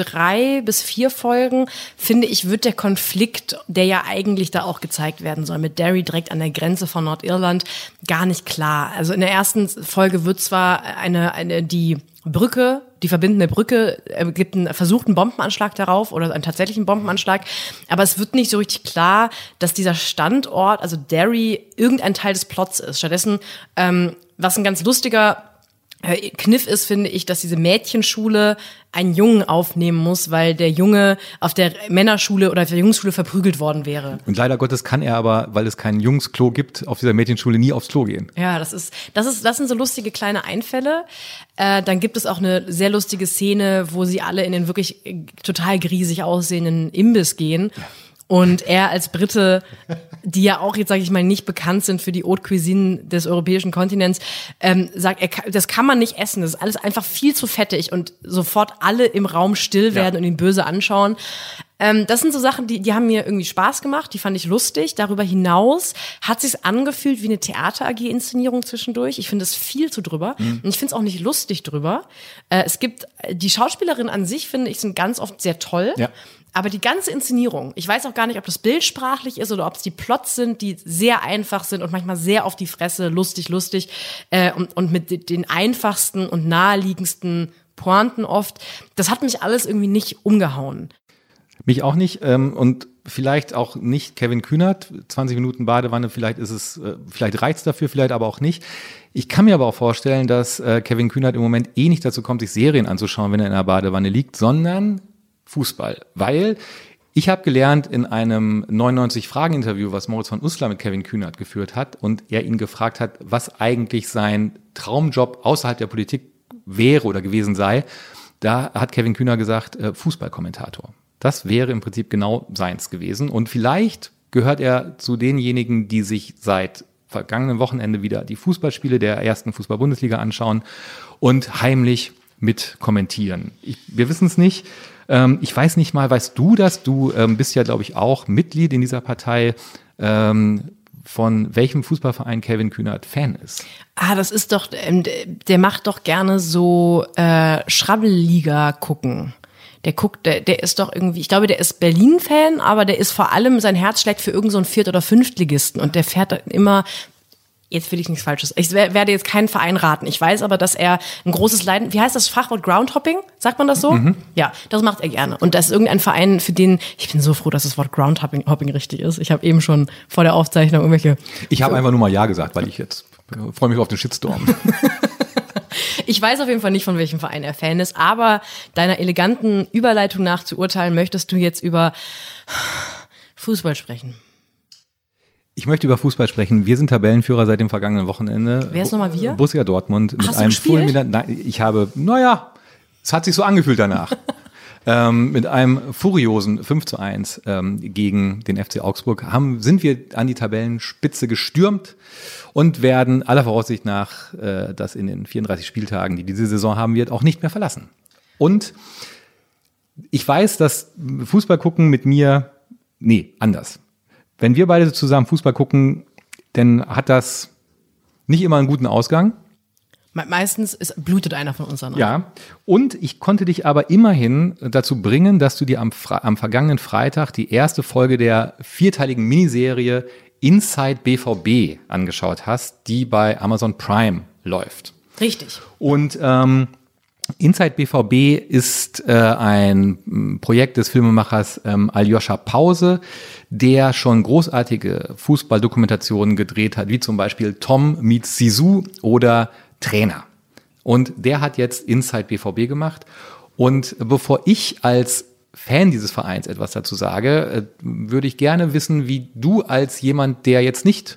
3 bis 4 Folgen, finde ich, wird der Konflikt, der ja eigentlich da auch gezeigt werden soll, mit Derry direkt an der Grenze von Nordirland, gar nicht klar. Also in der ersten Folge wird zwar die verbindende Brücke, gibt einen versuchten Bombenanschlag darauf oder einen tatsächlichen Bombenanschlag, aber es wird nicht so richtig klar, dass dieser Standort, also Derry, irgendein Teil des Plots ist. Stattdessen, was ein ganz lustiger Kniff ist, finde ich, dass diese Mädchenschule einen Jungen aufnehmen muss, weil der Junge auf der Männerschule oder auf der Jungsschule verprügelt worden wäre. Und leider Gottes kann er aber, weil es kein Jungsklo gibt, auf dieser Mädchenschule nie aufs Klo gehen. Ja, das sind so lustige kleine Einfälle. Dann gibt es auch eine sehr lustige Szene, wo sie alle in den wirklich total griesig aussehenden Imbiss gehen. Und er als Brite, die ja auch jetzt, sage ich mal, nicht bekannt sind für die Haute Cuisine des europäischen Kontinents, sagt, das kann man nicht essen, das ist alles einfach viel zu fettig und sofort alle im Raum still werden und ihn böse anschauen. Das sind so Sachen, die haben mir irgendwie Spaß gemacht, die fand ich lustig. Darüber hinaus hat sich's angefühlt wie eine Theater-AG-Inszenierung zwischendurch. Ich finde es viel zu drüber und ich finde es auch nicht lustig drüber. Es gibt, die Schauspielerin an sich, finde ich, sind ganz oft sehr toll. Ja. Aber die ganze Inszenierung, ich weiß auch gar nicht, ob das bildsprachlich ist oder ob es die Plots sind, die sehr einfach sind und manchmal sehr auf die Fresse, lustig und mit den einfachsten und naheliegendsten Pointen oft. Das hat mich alles irgendwie nicht umgehauen. Mich auch nicht und vielleicht auch nicht Kevin Kühnert, 20 Minuten Badewanne, vielleicht reizt dafür, vielleicht aber auch nicht. Ich kann mir aber auch vorstellen, dass Kevin Kühnert im Moment nicht dazu kommt, sich Serien anzuschauen, wenn er in der Badewanne liegt, sondern Fußball, weil ich habe gelernt in einem 99-Fragen-Interview, was Moritz von Uslar mit Kevin Kühnert geführt hat und er ihn gefragt hat, was eigentlich sein Traumjob außerhalb der Politik wäre oder gewesen sei, da hat Kevin Kühnert gesagt, Fußballkommentator. Das wäre im Prinzip genau seins gewesen und vielleicht gehört er zu denjenigen, die sich seit vergangenen Wochenende wieder die Fußballspiele der ersten Fußball-Bundesliga anschauen und heimlich mit kommentieren. Wir wissen es nicht. Ich weiß nicht mal, weißt du das? Du bist ja, glaube ich, auch Mitglied in dieser Partei. Von welchem Fußballverein Kevin Kühnert Fan ist? Das ist doch, der macht doch gerne so Schrabbelliga gucken. Der ist doch irgendwie, ich glaube, der ist Berlin-Fan, aber der ist vor allem, sein Herz schlägt für irgend so einen Viert- oder Fünftligisten und der fährt immer Jetzt will ich nichts Falsches. Ich werde jetzt keinen Verein raten. Ich weiß aber, dass er ein großes Leiden... Wie heißt das Fachwort? Groundhopping? Sagt man das so? Mhm. Ja, das macht er gerne. Und das ist irgendein Verein, für den... Ich bin so froh, dass das Wort Groundhopping richtig ist. Ich habe eben schon vor der Aufzeichnung irgendwelche... Ich habe einfach nur mal Ja gesagt, weil ich jetzt freue mich auf den Shitstorm. Ich weiß auf jeden Fall nicht, von welchem Verein er Fan ist, aber deiner eleganten Überleitung nach zu urteilen, möchtest du jetzt über Fußball sprechen. Ich möchte über Fußball sprechen. Wir sind Tabellenführer seit dem vergangenen Wochenende. Wer ist nochmal wir? Borussia Dortmund. Hast du gespielt? Es hat sich so angefühlt danach. Mit einem furiosen 5:1 gegen den FC Augsburg sind wir an die Tabellenspitze gestürmt und werden aller Voraussicht nach das in den 34 Spieltagen, die diese Saison haben wird, auch nicht mehr verlassen. Und ich weiß, dass Fußball gucken mit mir, anders. Wenn wir beide zusammen Fußball gucken, dann hat das nicht immer einen guten Ausgang. Meistens blutet einer von uns an. Ja, und ich konnte dich aber immerhin dazu bringen, dass du dir am vergangenen Freitag die erste Folge der 4-teiligen Miniserie Inside BVB angeschaut hast, die bei Amazon Prime läuft. Richtig. Und Inside BVB ist ein Projekt des Filmemachers Aljoscha Pause, der schon großartige Fußballdokumentationen gedreht hat, wie zum Beispiel Tom meets Zizou oder Trainer. Und der hat jetzt Inside BVB gemacht. Und bevor ich als Fan dieses Vereins etwas dazu sage, würde ich gerne wissen, wie du als jemand, der jetzt nicht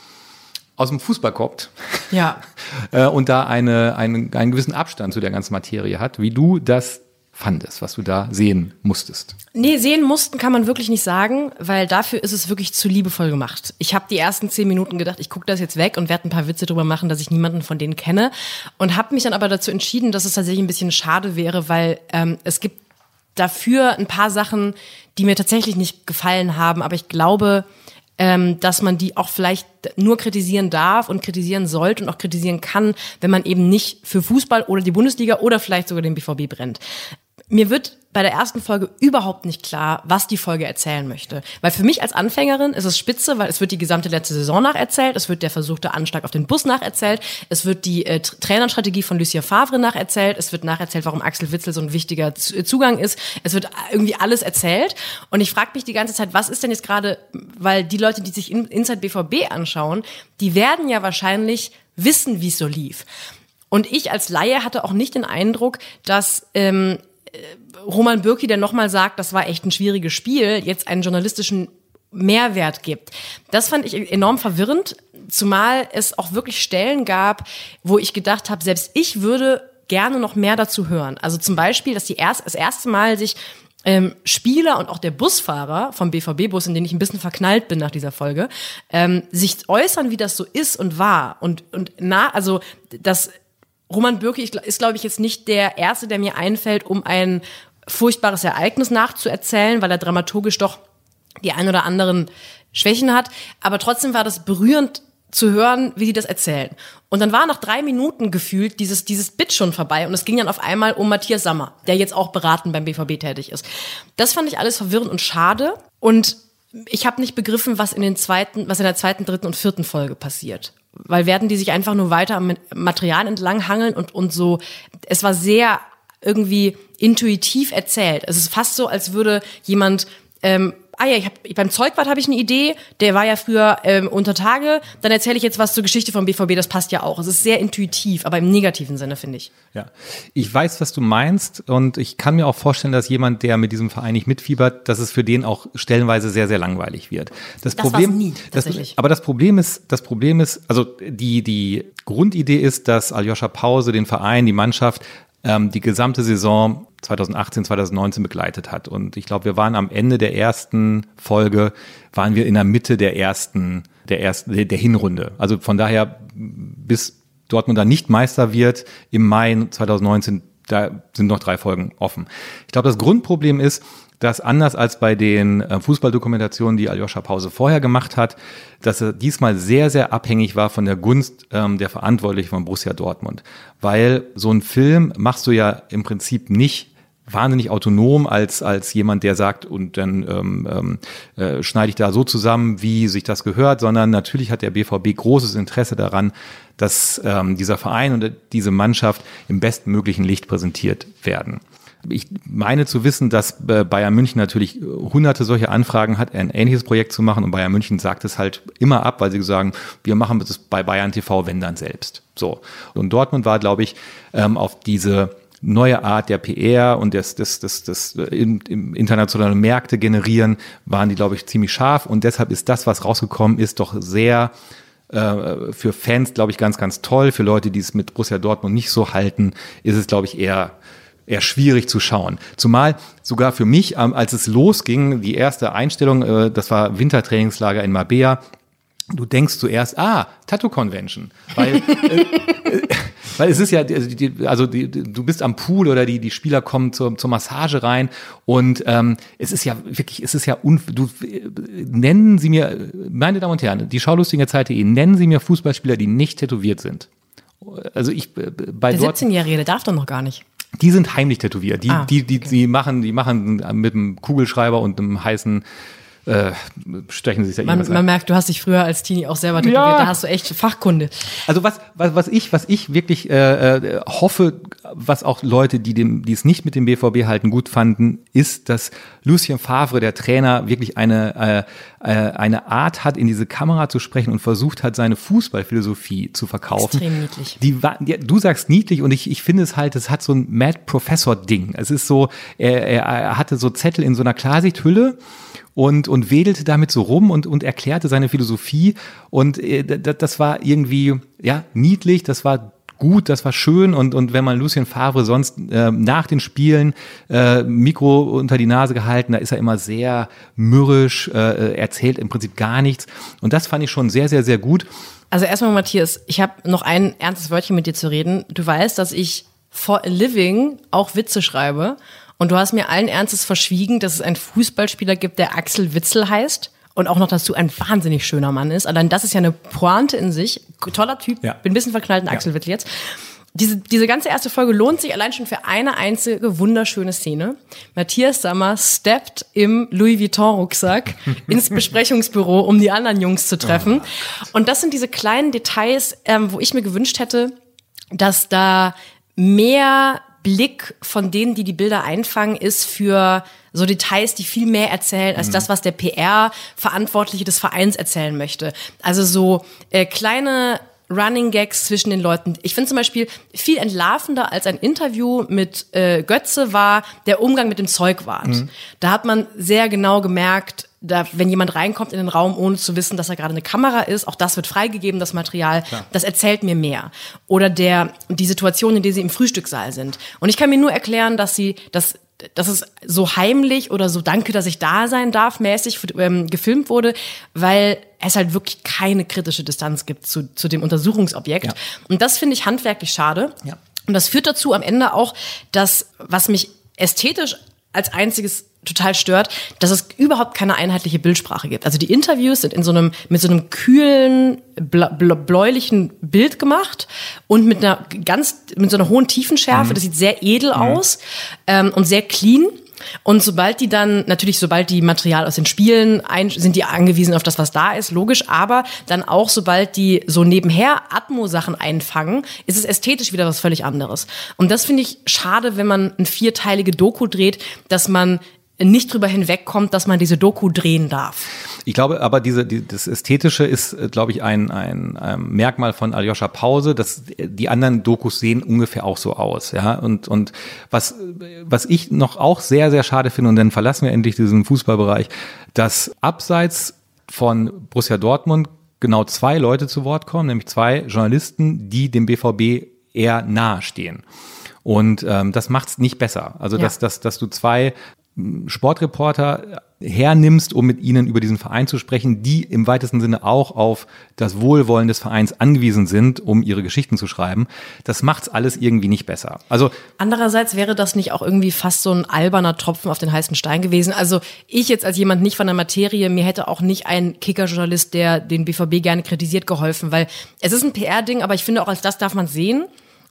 aus dem Fußball kommt, ja, und da einen gewissen Abstand zu der ganzen Materie hat, wie du das fandest, was du da sehen musstest. Nee, sehen mussten kann man wirklich nicht sagen, weil dafür ist es wirklich zu liebevoll gemacht. Ich habe die ersten 10 Minuten gedacht, ich gucke das jetzt weg und werde ein paar Witze drüber machen, dass ich niemanden von denen kenne, und habe mich dann aber dazu entschieden, dass es tatsächlich ein bisschen schade wäre, weil es gibt dafür ein paar Sachen, die mir tatsächlich nicht gefallen haben, aber ich glaube, dass man die auch vielleicht nur kritisieren darf und kritisieren sollte und auch kritisieren kann, wenn man eben nicht für Fußball oder die Bundesliga oder vielleicht sogar den BVB brennt. Mir wird bei der ersten Folge überhaupt nicht klar, was die Folge erzählen möchte. Weil für mich als Anfängerin ist es spitze, weil es wird die gesamte letzte Saison nacherzählt, es wird der versuchte Anschlag auf den Bus nacherzählt, es wird die Trainerstrategie von Lucien Favre nacherzählt, es wird nacherzählt, warum Axel Witsel so ein wichtiger Zugang ist, es wird irgendwie alles erzählt. Und ich frage mich die ganze Zeit, was ist denn jetzt gerade, weil die Leute, die sich Inside BVB anschauen, die werden ja wahrscheinlich wissen, wie es so lief. Und ich als Laie hatte auch nicht den Eindruck, dass Roman Bürki, der nochmal sagt, das war echt ein schwieriges Spiel, jetzt einen journalistischen Mehrwert gibt. Das fand ich enorm verwirrend, zumal es auch wirklich Stellen gab, wo ich gedacht habe, selbst ich würde gerne noch mehr dazu hören. Also zum Beispiel, dass das erste Mal sich Spieler und auch der Busfahrer vom BVB-Bus, in den ich ein bisschen verknallt bin nach dieser Folge, sich äußern, wie das so ist und war. Also das Roman Bürki ist, glaube ich, jetzt nicht der Erste, der mir einfällt, um ein furchtbares Ereignis nachzuerzählen, weil er dramaturgisch doch die ein oder anderen Schwächen hat. Aber trotzdem war das berührend zu hören, wie die das erzählen. Und dann war nach 3 Minuten gefühlt dieses Bit schon vorbei und es ging dann auf einmal um Matthias Sammer, der jetzt auch beratend beim BVB tätig ist. Das fand ich alles verwirrend und schade, und ich habe nicht begriffen, was in der 2., 3. und 4. Folge passiert. Weil werden die sich einfach nur weiter am Material entlanghangeln und so. Es war sehr irgendwie intuitiv erzählt. Es ist fast so, als würde jemand beim Zeugwart habe ich eine Idee, der war ja früher unter Tage, dann erzähle ich jetzt was zur Geschichte vom BVB, das passt ja auch. Es ist sehr intuitiv, aber im negativen Sinne, finde ich. Ja, ich weiß, was du meinst, und ich kann mir auch vorstellen, dass jemand, der mit diesem Verein nicht mitfiebert, dass es für den auch stellenweise sehr, sehr langweilig wird. Das Problem, nie, tatsächlich. Aber das Problem ist, also die Grundidee ist, dass Aljoscha Pause den Verein, die Mannschaft, die gesamte Saison 2018, 2019 begleitet hat. Und ich glaube, wir waren am Ende der ersten Folge, waren wir in der Mitte der Hinrunde. Also von daher, bis Dortmund dann nicht Meister wird, im Mai 2019, da sind noch 3 Folgen offen. Ich glaube, das Grundproblem ist, dass anders als bei den Fußballdokumentationen, die Aljoscha Pause vorher gemacht hat, dass er diesmal sehr, sehr abhängig war von der Gunst der Verantwortlichen von Borussia Dortmund. Weil so einen Film machst du ja im Prinzip nicht wahnsinnig autonom als jemand, der sagt, und dann schneide ich da so zusammen, wie sich das gehört, sondern natürlich hat der BVB großes Interesse daran, dass dieser Verein und diese Mannschaft im bestmöglichen Licht präsentiert werden. Ich meine zu wissen, dass Bayern München natürlich hunderte solche Anfragen hat, ein ähnliches Projekt zu machen, und Bayern München sagt es halt immer ab, weil sie sagen, wir machen das bei Bayern TV, wenn dann selbst. So. Und Dortmund war, glaube ich, auf diese neue Art der PR und des internationalen Märkte generieren, waren die, glaube ich, ziemlich scharf, und deshalb ist das, was rausgekommen ist, doch sehr für Fans, glaube ich, ganz, ganz toll. Für Leute, die es mit Borussia Dortmund nicht so halten, ist es, glaube ich, eher schwierig zu schauen. Zumal sogar für mich, als es losging, die erste Einstellung, das war Wintertrainingslager in Marbella, du denkst zuerst, Tattoo Convention, weil es ist ja, du bist am Pool oder die Spieler kommen zur Massage rein, und es ist ja nennen Sie mir, meine Damen und Herren, die Schaulustige-Zeit.de, nennen Sie mir Fußballspieler, die nicht tätowiert sind. Also der 17-Jährige, der darf doch noch gar nicht. Die sind heimlich tätowiert. Die machen mit einem Kugelschreiber und einem heißen stechen sie sich ja man merkt, du hast dich früher als Teenie auch selber tätowiert, da hast du echt Fachkunde. Also was ich wirklich hoffe, was auch Leute, die es nicht mit dem BVB halten, gut fanden, ist, dass Lucien Favre, der Trainer, wirklich eine Art hat, in diese Kamera zu sprechen und versucht hat, seine Fußballphilosophie zu verkaufen. Extrem niedlich. Du sagst niedlich, und ich finde es halt, es hat so ein Mad-Professor-Ding. Es ist so, er hatte so Zettel in so einer Klarsichthülle und wedelte damit so rum und erklärte seine Philosophie, und das war irgendwie niedlich, das war gut, das war schön, und wenn man Lucien Favre sonst nach den Spielen Mikro unter die Nase gehalten, da ist er immer sehr mürrisch, erzählt im Prinzip gar nichts, und das fand ich schon sehr, sehr, sehr gut. Also erstmal, Matthias, ich habe noch ein ernstes Wörtchen mit dir zu reden. Du weißt, dass ich for a living auch Witze schreibe. Und du hast mir allen Ernstes verschwiegen, dass es einen Fußballspieler gibt, der Axel Witsel heißt und auch noch dazu ein wahnsinnig schöner Mann ist. Allein das ist ja eine Pointe in sich. Toller Typ, bin ein bisschen verknallt in Axel Witsel jetzt. Diese ganze erste Folge lohnt sich allein schon für eine einzige wunderschöne Szene. Matthias Sammer steppt im Louis Vuitton-Rucksack ins Besprechungsbüro, um die anderen Jungs zu treffen. Und das sind diese kleinen Details, wo ich mir gewünscht hätte, dass da mehr Blick von denen, die Bilder einfangen, ist für so Details, die viel mehr erzählen, als das, was der PR-Verantwortliche des Vereins erzählen möchte. Also so kleine Running Gags zwischen den Leuten. Ich finde zum Beispiel viel entlarvender als ein Interview mit Götze war der Umgang mit dem Zeugwart. Da hat man sehr genau gemerkt, wenn jemand reinkommt in den Raum, ohne zu wissen, dass da gerade eine Kamera ist, auch das wird freigegeben, das Material, das erzählt mir mehr. Oder die Situation, in der sie im Frühstückssaal sind. Und ich kann mir nur erklären, dass es so heimlich oder so Danke, dass ich da sein darf, mäßig gefilmt wurde, weil es halt wirklich keine kritische Distanz gibt zu dem Untersuchungsobjekt. Ja. Und das finde ich handwerklich schade. Ja. Und das führt dazu am Ende auch, dass, was mich ästhetisch als einziges total stört, dass es überhaupt keine einheitliche Bildsprache gibt. Also die Interviews sind mit so einem kühlen, bläulichen Bild gemacht und mit so einer hohen Tiefenschärfe. Das sieht sehr edel aus und sehr clean. Und sobald die Material aus den Spielen sind die angewiesen auf das, was da ist, logisch, aber dann auch, sobald die so nebenher Atmo-Sachen einfangen, ist es ästhetisch wieder was völlig anderes. Und das finde ich schade, wenn man eine 4-teilige Doku dreht, dass man nicht drüber hinwegkommt, dass man diese Doku drehen darf. Ich glaube aber, das Ästhetische ist, glaube ich, ein Merkmal von Aljoscha Pause, dass die anderen Dokus sehen ungefähr auch so aus, ja. Und was ich noch auch sehr, sehr schade finde, und dann verlassen wir endlich diesen Fußballbereich, dass abseits von Borussia Dortmund genau 2 Leute zu Wort kommen, nämlich 2 Journalisten, die dem BVB eher nahe stehen. Und das macht's nicht besser. Also dass du 2 Sportreporter hernimmst, um mit ihnen über diesen Verein zu sprechen, die im weitesten Sinne auch auf das Wohlwollen des Vereins angewiesen sind, um ihre Geschichten zu schreiben. Das macht's alles irgendwie nicht besser. Also andererseits wäre das nicht auch irgendwie fast so ein alberner Tropfen auf den heißen Stein gewesen? Also ich jetzt als jemand nicht von der Materie, mir hätte auch nicht ein Kicker-Journalist, der den BVB gerne kritisiert, geholfen, weil es ist ein PR-Ding, aber ich finde auch als das darf man sehen.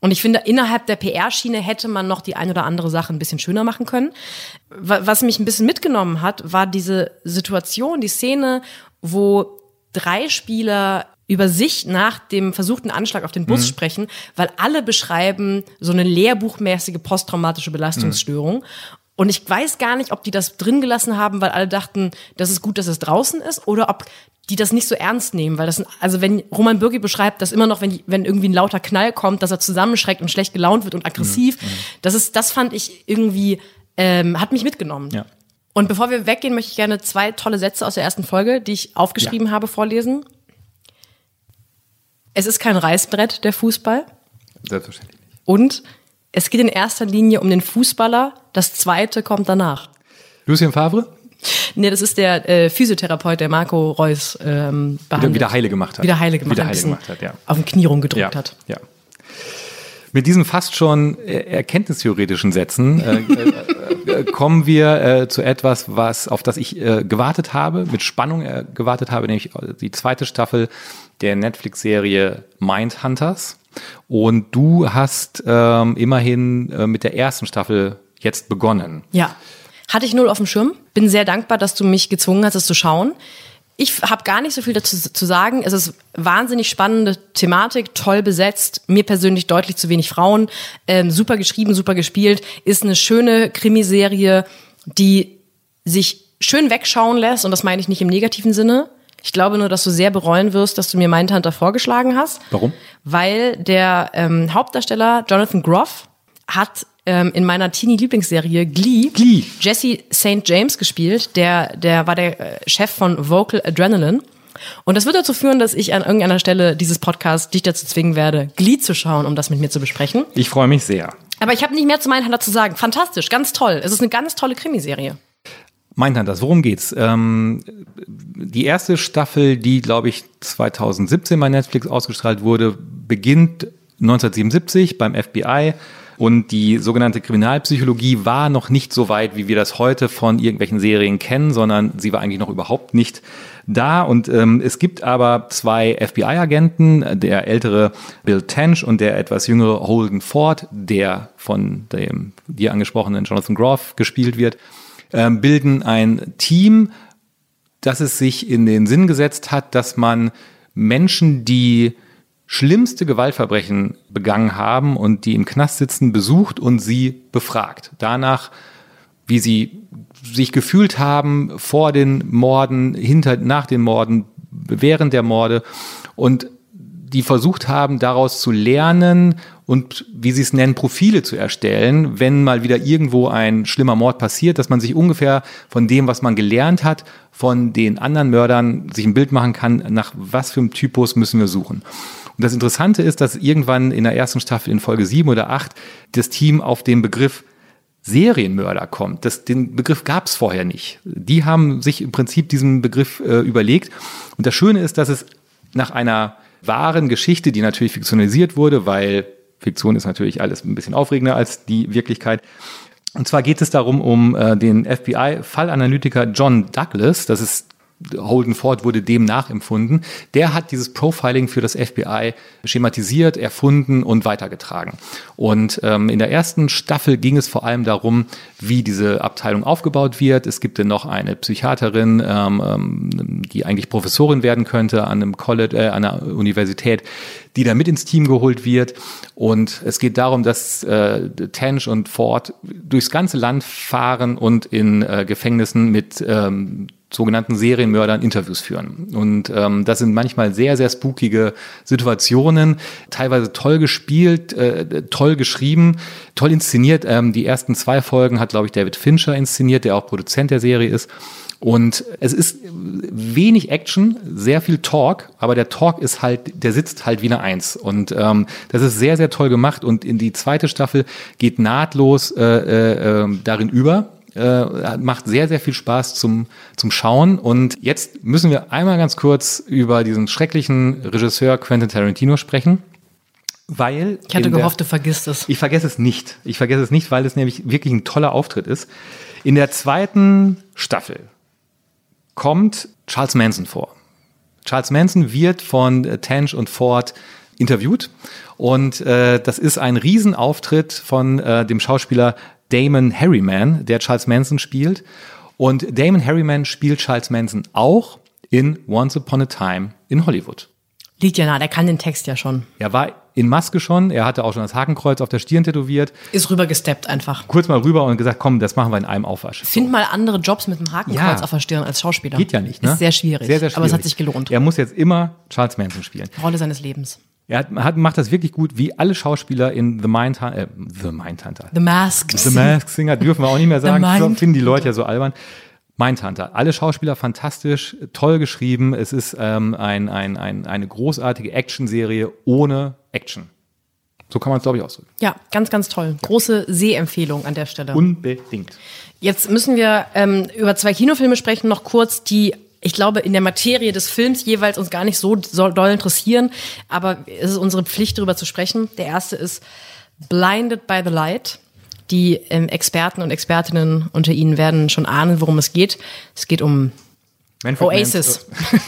Und ich finde, innerhalb der PR-Schiene hätte man noch die ein oder andere Sache ein bisschen schöner machen können. Was mich ein bisschen mitgenommen hat, war diese Situation, die Szene, wo 3 Spieler über sich nach dem versuchten Anschlag auf den Bus sprechen, weil alle beschreiben so eine lehrbuchmäßige posttraumatische Belastungsstörung. Und ich weiß gar nicht, ob die das drin gelassen haben, weil alle dachten, das ist gut, dass es draußen ist, oder ob die das nicht so ernst nehmen, weil also wenn Roman Bürki beschreibt, dass immer noch, wenn irgendwie ein lauter Knall kommt, dass er zusammenschreckt und schlecht gelaunt wird und aggressiv, das fand ich irgendwie, hat mich mitgenommen. Ja. Und bevor wir weggehen, möchte ich gerne 2 tolle Sätze aus der ersten Folge, die ich aufgeschrieben habe, vorlesen. Es ist kein Reißbrett, der Fußball. Selbstverständlich nicht. Und es geht in erster Linie um den Fußballer, das Zweite kommt danach. Lucien Favre? Nee, das ist der Physiotherapeut, der Marco Reus behandelt. Wieder heile gemacht hat. Wieder heile gemacht hat, ja. Auf dem Knie rumgedrückt hat. Ja. Mit diesen fast schon erkenntnistheoretischen Sätzen kommen wir zu etwas, auf das ich gewartet habe, mit Spannung gewartet habe, nämlich die 2. Staffel der Netflix-Serie Mindhunters. Und du hast immerhin mit der 1. Staffel jetzt begonnen. Ja. Hatte ich null auf dem Schirm. Bin sehr dankbar, dass du mich gezwungen hast, es zu schauen. Ich habe gar nicht so viel dazu zu sagen. Es ist wahnsinnig spannende Thematik, toll besetzt. Mir persönlich deutlich zu wenig Frauen. Super geschrieben, super gespielt. Ist eine schöne Krimiserie, die sich schön wegschauen lässt. Und das meine ich nicht im negativen Sinne. Ich glaube nur, dass du sehr bereuen wirst, dass du mir Mindhunter vorgeschlagen hast. Warum? Weil der Hauptdarsteller Jonathan Groff hat in meiner Teenie-Lieblingsserie Glee Jesse St. James gespielt. Der war der Chef von Vocal Adrenaline. Und das wird dazu führen, dass ich an irgendeiner Stelle dieses Podcasts dich dazu zwingen werde, Glee zu schauen, um das mit mir zu besprechen. Ich freue mich sehr. Aber ich habe nicht mehr zu Mindhunter zu sagen. Fantastisch, ganz toll. Es ist eine ganz tolle Krimiserie. Mindhunters, worum geht's? Die erste Staffel, die, glaube ich, 2017 bei Netflix ausgestrahlt wurde, beginnt 1977 beim FBI. Und die sogenannte Kriminalpsychologie war noch nicht so weit, wie wir das heute von irgendwelchen Serien kennen, sondern sie war eigentlich noch überhaupt nicht da. Und es gibt aber 2 FBI-Agenten, der ältere Bill Tench und der etwas jüngere Holden Ford, der von dem dir angesprochenen Jonathan Groff gespielt wird, bilden ein Team, das es sich in den Sinn gesetzt hat, dass man Menschen, die schlimmste Gewaltverbrechen begangen haben und die im Knast sitzen, besucht und sie befragt. Danach, wie sie sich gefühlt haben vor den Morden, nach den Morden, während der Morde und die versucht haben, daraus zu lernen und, wie sie es nennen, Profile zu erstellen, wenn mal wieder irgendwo ein schlimmer Mord passiert, dass man sich ungefähr von dem, was man gelernt hat, von den anderen Mördern sich ein Bild machen kann, nach was für einem Typus müssen wir suchen. Und das Interessante ist, dass irgendwann in der ersten Staffel in Folge 7 oder 8 das Team auf den Begriff Serienmörder kommt. Den Begriff gab es vorher nicht. Die haben sich im Prinzip diesen Begriff überlegt. Und das Schöne ist, dass es nach einer wahren Geschichte, die natürlich fiktionalisiert wurde, weil Fiktion ist natürlich alles ein bisschen aufregender als die Wirklichkeit. Und zwar geht es darum, um den FBI-Fallanalytiker John Douglas, das ist Holden Ford wurde dem nachempfunden. Der hat dieses Profiling für das FBI schematisiert, erfunden und weitergetragen. Und in der ersten Staffel ging es vor allem darum, wie diese Abteilung aufgebaut wird. Es gibt dann noch eine Psychiaterin, die eigentlich Professorin werden könnte an einem College, an einer Universität, die da mit ins Team geholt wird. Und es geht darum, dass Tench und Ford durchs ganze Land fahren und in Gefängnissen mit sogenannten Serienmördern Interviews führen. Und das sind manchmal sehr, sehr spookige Situationen, teilweise toll gespielt, toll geschrieben, toll inszeniert. Die ersten 2 Folgen hat, glaube ich, David Fincher inszeniert, der auch Produzent der Serie ist. Und es ist wenig Action, sehr viel Talk, aber der Talk ist halt, der sitzt halt wie eine Eins. Und das ist sehr, sehr toll gemacht. Und in die zweite Staffel geht nahtlos darin über. Macht sehr, sehr viel Spaß zum Schauen. Und jetzt müssen wir einmal ganz kurz über diesen schrecklichen Regisseur Quentin Tarantino sprechen. Weil ich hatte gehofft, du vergisst es. Ich vergesse es nicht. Ich vergesse es nicht, weil es nämlich wirklich ein toller Auftritt ist. In der zweiten Staffel kommt Charles Manson vor. Charles Manson wird von Tench und Ford interviewt. Und das ist ein Riesenauftritt von dem Schauspieler Damon Harriman, der Charles Manson spielt. Und Damon Harriman spielt Charles Manson auch in Once Upon a Time in Hollywood. Liegt ja nah, der kann den Text ja schon. Er war in Maske schon, er hatte auch schon das Hakenkreuz auf der Stirn tätowiert. Ist rübergesteppt einfach. Kurz mal rüber und gesagt, komm, das machen wir in einem Aufwasch. Find mal andere Jobs mit dem Hakenkreuz auf der Stirn als Schauspieler. Geht ja nicht, ne? Ist sehr schwierig, sehr, sehr schwierig. Aber es hat sich gelohnt. Er muss jetzt immer Charles Manson spielen. Rolle seines Lebens. Er macht das wirklich gut, wie alle Schauspieler in The Masked Singer, dürfen wir auch nicht mehr sagen, finden die Leute ja so albern. Mindhunter, alle Schauspieler fantastisch, toll geschrieben. Es ist eine großartige Action-Serie ohne Action. So kann man es, glaube ich, ausdrücken. Ja, ganz, ganz toll. Große Sehempfehlung an der Stelle. Unbedingt. Jetzt müssen wir über 2 Kinofilme sprechen, noch kurz, die, ich glaube, in der Materie des Films jeweils uns gar nicht so doll interessieren, aber es ist unsere Pflicht, darüber zu sprechen. Der erste ist Blinded by the Light. Die Experten und Expertinnen unter Ihnen werden schon ahnen, worum es geht. Es geht um Oasis.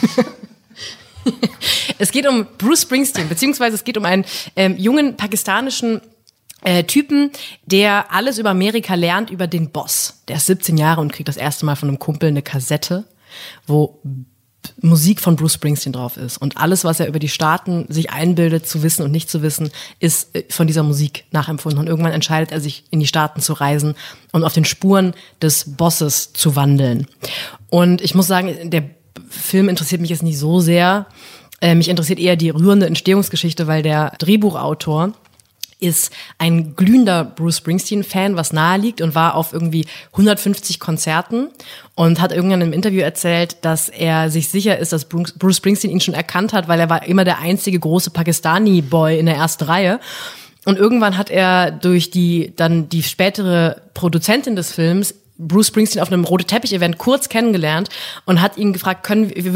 Es geht um Bruce Springsteen, beziehungsweise es geht um einen jungen pakistanischen Typen, der alles über Amerika lernt, über den Boss. Der ist 17 Jahre und kriegt das erste Mal von einem Kumpel eine Kassette, wo Musik von Bruce Springsteen drauf ist. Und alles, was er über die Staaten sich einbildet, zu wissen und nicht zu wissen, ist von dieser Musik nachempfunden. Und irgendwann entscheidet er sich, in die Staaten zu reisen und auf den Spuren des Bosses zu wandeln. Und ich muss sagen, der Film interessiert mich jetzt nicht so sehr. Mich interessiert eher die rührende Entstehungsgeschichte, weil der Drehbuchautor ist ein glühender Bruce Springsteen-Fan, was nahe liegt, und war auf irgendwie 150 Konzerten und hat irgendwann im Interview erzählt, dass er sich sicher ist, dass Bruce Springsteen ihn schon erkannt hat, weil er war immer der einzige große Pakistani-Boy in der ersten Reihe. Und irgendwann hat er durch die spätere Produzentin des Films Bruce Springsteen auf einem Rote-Teppich-Event kurz kennengelernt und hat ihn gefragt,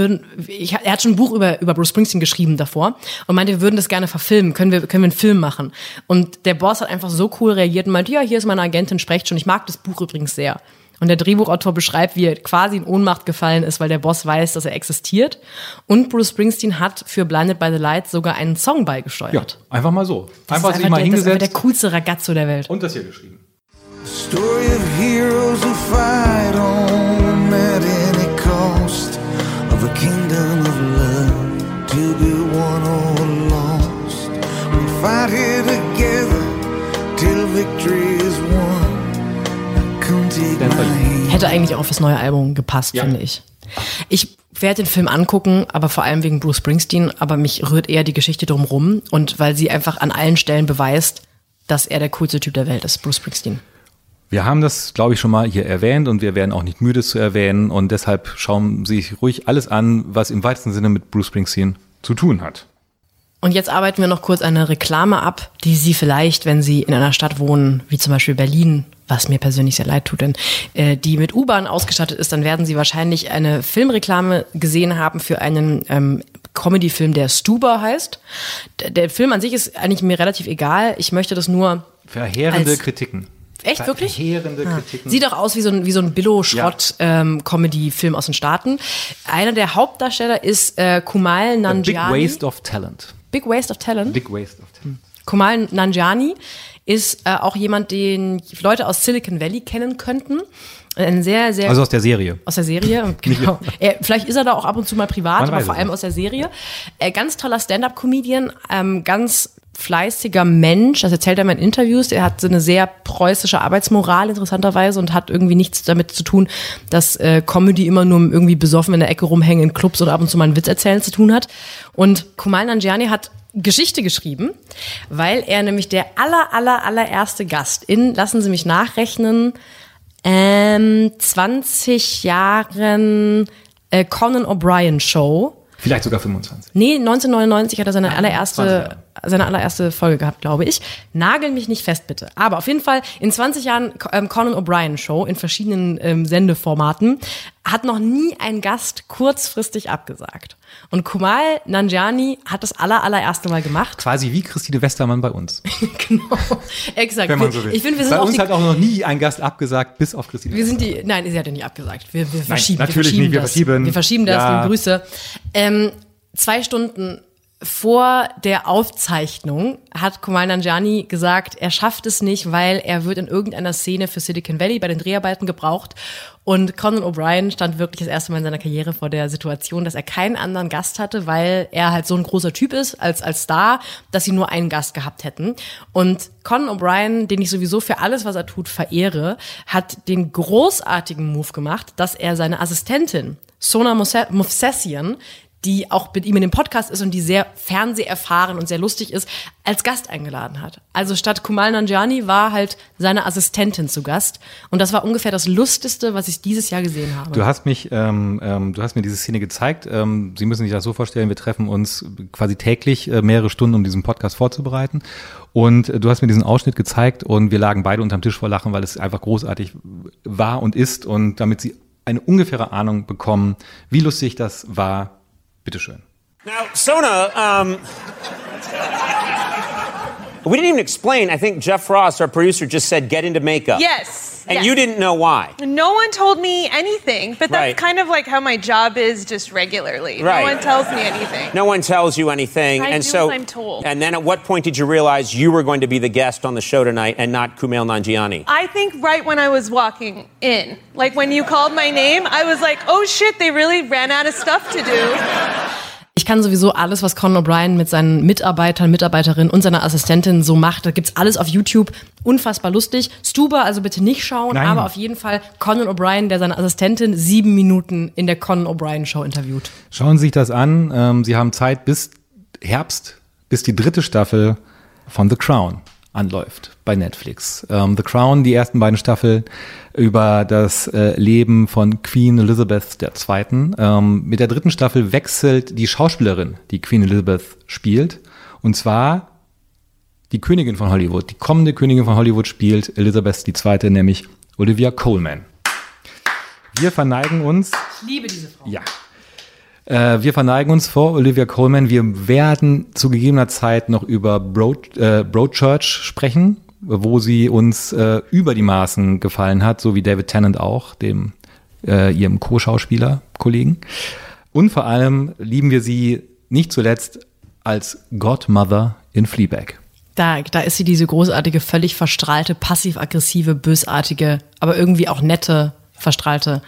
er hat schon ein Buch über Bruce Springsteen geschrieben davor und meinte, wir würden das gerne verfilmen, können wir einen Film machen. Und der Boss hat einfach so cool reagiert und meinte, ja, hier ist meine Agentin, sprecht schon. Ich mag das Buch übrigens sehr. Und der Drehbuchautor beschreibt, wie er quasi in Ohnmacht gefallen ist, weil der Boss weiß, dass er existiert. Und Bruce Springsteen hat für Blinded by the Light sogar einen Song beigesteuert. Ja, einfach mal so. Einfach sich mal hingesetzt. Das ist einfach der coolste Ragazzo der Welt. Und das hier geschrieben. Story of heroes who fight on at any cost, of a kingdom of love to be won or lost. We fight here together till victory is won. Come take my hand. Hätte eigentlich auch fürs neue Album gepasst, finde ich. Ich werde den Film angucken, aber vor allem wegen Bruce Springsteen, aber mich rührt eher die Geschichte drumherum und weil sie einfach an allen Stellen beweist, dass er der coolste Typ der Welt ist, Bruce Springsteen. Wir haben das, glaube ich, schon mal hier erwähnt und wir werden auch nicht müde, es zu erwähnen. Und deshalb schauen Sie sich ruhig alles an, was im weitesten Sinne mit Bruce Springsteen zu tun hat. Und jetzt arbeiten wir noch kurz eine Reklame ab, die Sie vielleicht, wenn Sie in einer Stadt wohnen, wie zum Beispiel Berlin, was mir persönlich sehr leid tut, denn die mit U-Bahn ausgestattet ist, dann werden Sie wahrscheinlich eine Filmreklame gesehen haben für einen Comedy-Film, der Stuber heißt. Der Film an sich ist eigentlich mir relativ egal. Ich möchte das nur verheerende Kritiken. Echt, wirklich? Verheerende Kritiken. Sieht doch aus wie so ein Billo-Schrott-Comedy-Film aus den Staaten. Einer der Hauptdarsteller ist Kumail Nanjiani. Big Waste of Talent. Big Waste of Talent? Big Waste of Talent. Kumail Nanjiani ist auch jemand, den Leute aus Silicon Valley kennen könnten. Ein sehr, sehr... Also aus der Serie. Aus der Serie, genau. Vielleicht ist er da auch ab und zu mal privat, aber vor allem aus der Serie. Ganz toller Stand-up-Comedian, ganz fleißiger Mensch, das erzählt er mal in Interviews, er hat so eine sehr preußische Arbeitsmoral interessanterweise und hat irgendwie nichts damit zu tun, dass Comedy immer nur irgendwie besoffen in der Ecke rumhängen in Clubs oder ab und zu mal einen Witz erzählen zu tun hat. Und Kumail Nanjiani hat Geschichte geschrieben, weil er nämlich der allererste Gast in, lassen Sie mich nachrechnen, 20 Jahren Conan O'Brien Show. Vielleicht sogar 25. Nee, 1999 hat er seine allererste Folge gehabt, glaube ich. Nagel mich nicht fest, bitte. Aber auf jeden Fall in 20 Jahren Conan O'Brien Show in verschiedenen Sendeformaten hat noch nie ein Gast kurzfristig abgesagt. Und Kumail Nanjiani hat das allererste Mal gemacht. Quasi wie Christine Westermann bei uns. Genau, exakt. Wenn man so will. Ich finde, wir sind bei uns hat auch noch nie ein Gast abgesagt, bis auf Christine Westermann. Nein, sie hat ja nicht abgesagt. Wir Nein, verschieben natürlich wir nicht, verschieben das. Wir verschieben das, ja. liebe Grüße. 2 Stunden Vor der Aufzeichnung hat Kumail Nanjiani gesagt, er schafft es nicht, weil er wird in irgendeiner Szene für Silicon Valley bei den Dreharbeiten gebraucht. Und Conan O'Brien stand wirklich das erste Mal in seiner Karriere vor der Situation, dass er keinen anderen Gast hatte, weil er halt so ein großer Typ ist als Star, dass sie nur einen Gast gehabt hätten. Und Conan O'Brien, den ich sowieso für alles, was er tut, verehre, hat den großartigen Move gemacht, dass er seine Assistentin Sona Movsesian, die auch mit ihm in dem Podcast ist und die sehr fernseherfahren und sehr lustig ist, als Gast eingeladen hat. Also statt Kumail Nanjiani war halt seine Assistentin zu Gast. Und das war ungefähr das Lustigste, was ich dieses Jahr gesehen habe. Du hast mir diese Szene gezeigt. Sie müssen sich das so vorstellen, wir treffen uns quasi täglich mehrere Stunden, um diesen Podcast vorzubereiten. Und du hast mir diesen Ausschnitt gezeigt und wir lagen beide unterm Tisch vor Lachen, weil es einfach großartig war und ist. Und damit Sie eine ungefähre Ahnung bekommen, wie lustig das war, bitteschön. Now, Sona, we didn't even explain. I think Jeff Frost, our producer, just said get into makeup. Yes. And you didn't know why. No one told me anything, but that's kind of like how my job is just regularly. Right. No one tells me anything. No one tells you anything. I and do so, as I'm told. And then at what point did you realize you were going to be the guest on the show tonight and not Kumail Nanjiani? I think right when I was walking in. Like when you called my name, I was like, oh shit, they really ran out of stuff to do. Ich kann sowieso alles, was Conan O'Brien mit seinen Mitarbeitern, Mitarbeiterinnen und seiner Assistentin so macht, da gibt's alles auf YouTube. Unfassbar lustig. Stuber, also bitte nicht schauen, Nein. aber auf jeden Fall Conan O'Brien, der seine Assistentin 7 Minuten in der Conan O'Brien Show interviewt. Schauen Sie sich das an. Sie haben Zeit bis Herbst, bis die 3. Staffel von The Crown anläuft bei Netflix. The Crown, die ersten beiden Staffeln über das Leben von Queen Elizabeth II. Mit der 3. Staffel wechselt die Schauspielerin, die Queen Elizabeth spielt. Und zwar die Königin von Hollywood. Die kommende Königin von Hollywood spielt Elizabeth II., nämlich Olivia Colman. Wir verneigen uns. Ich liebe diese Frau. Ja. Wir verneigen uns vor Olivia Colman. Wir werden zu gegebener Zeit noch über Broadchurch sprechen, wo sie uns über die Maßen gefallen hat, so wie David Tennant auch, dem ihrem Co-Schauspieler-Kollegen. Und vor allem lieben wir sie nicht zuletzt als Godmother in Fleabag. Da ist sie diese großartige, völlig verstrahlte, passiv-aggressive, bösartige, aber irgendwie auch nette, verstrahlte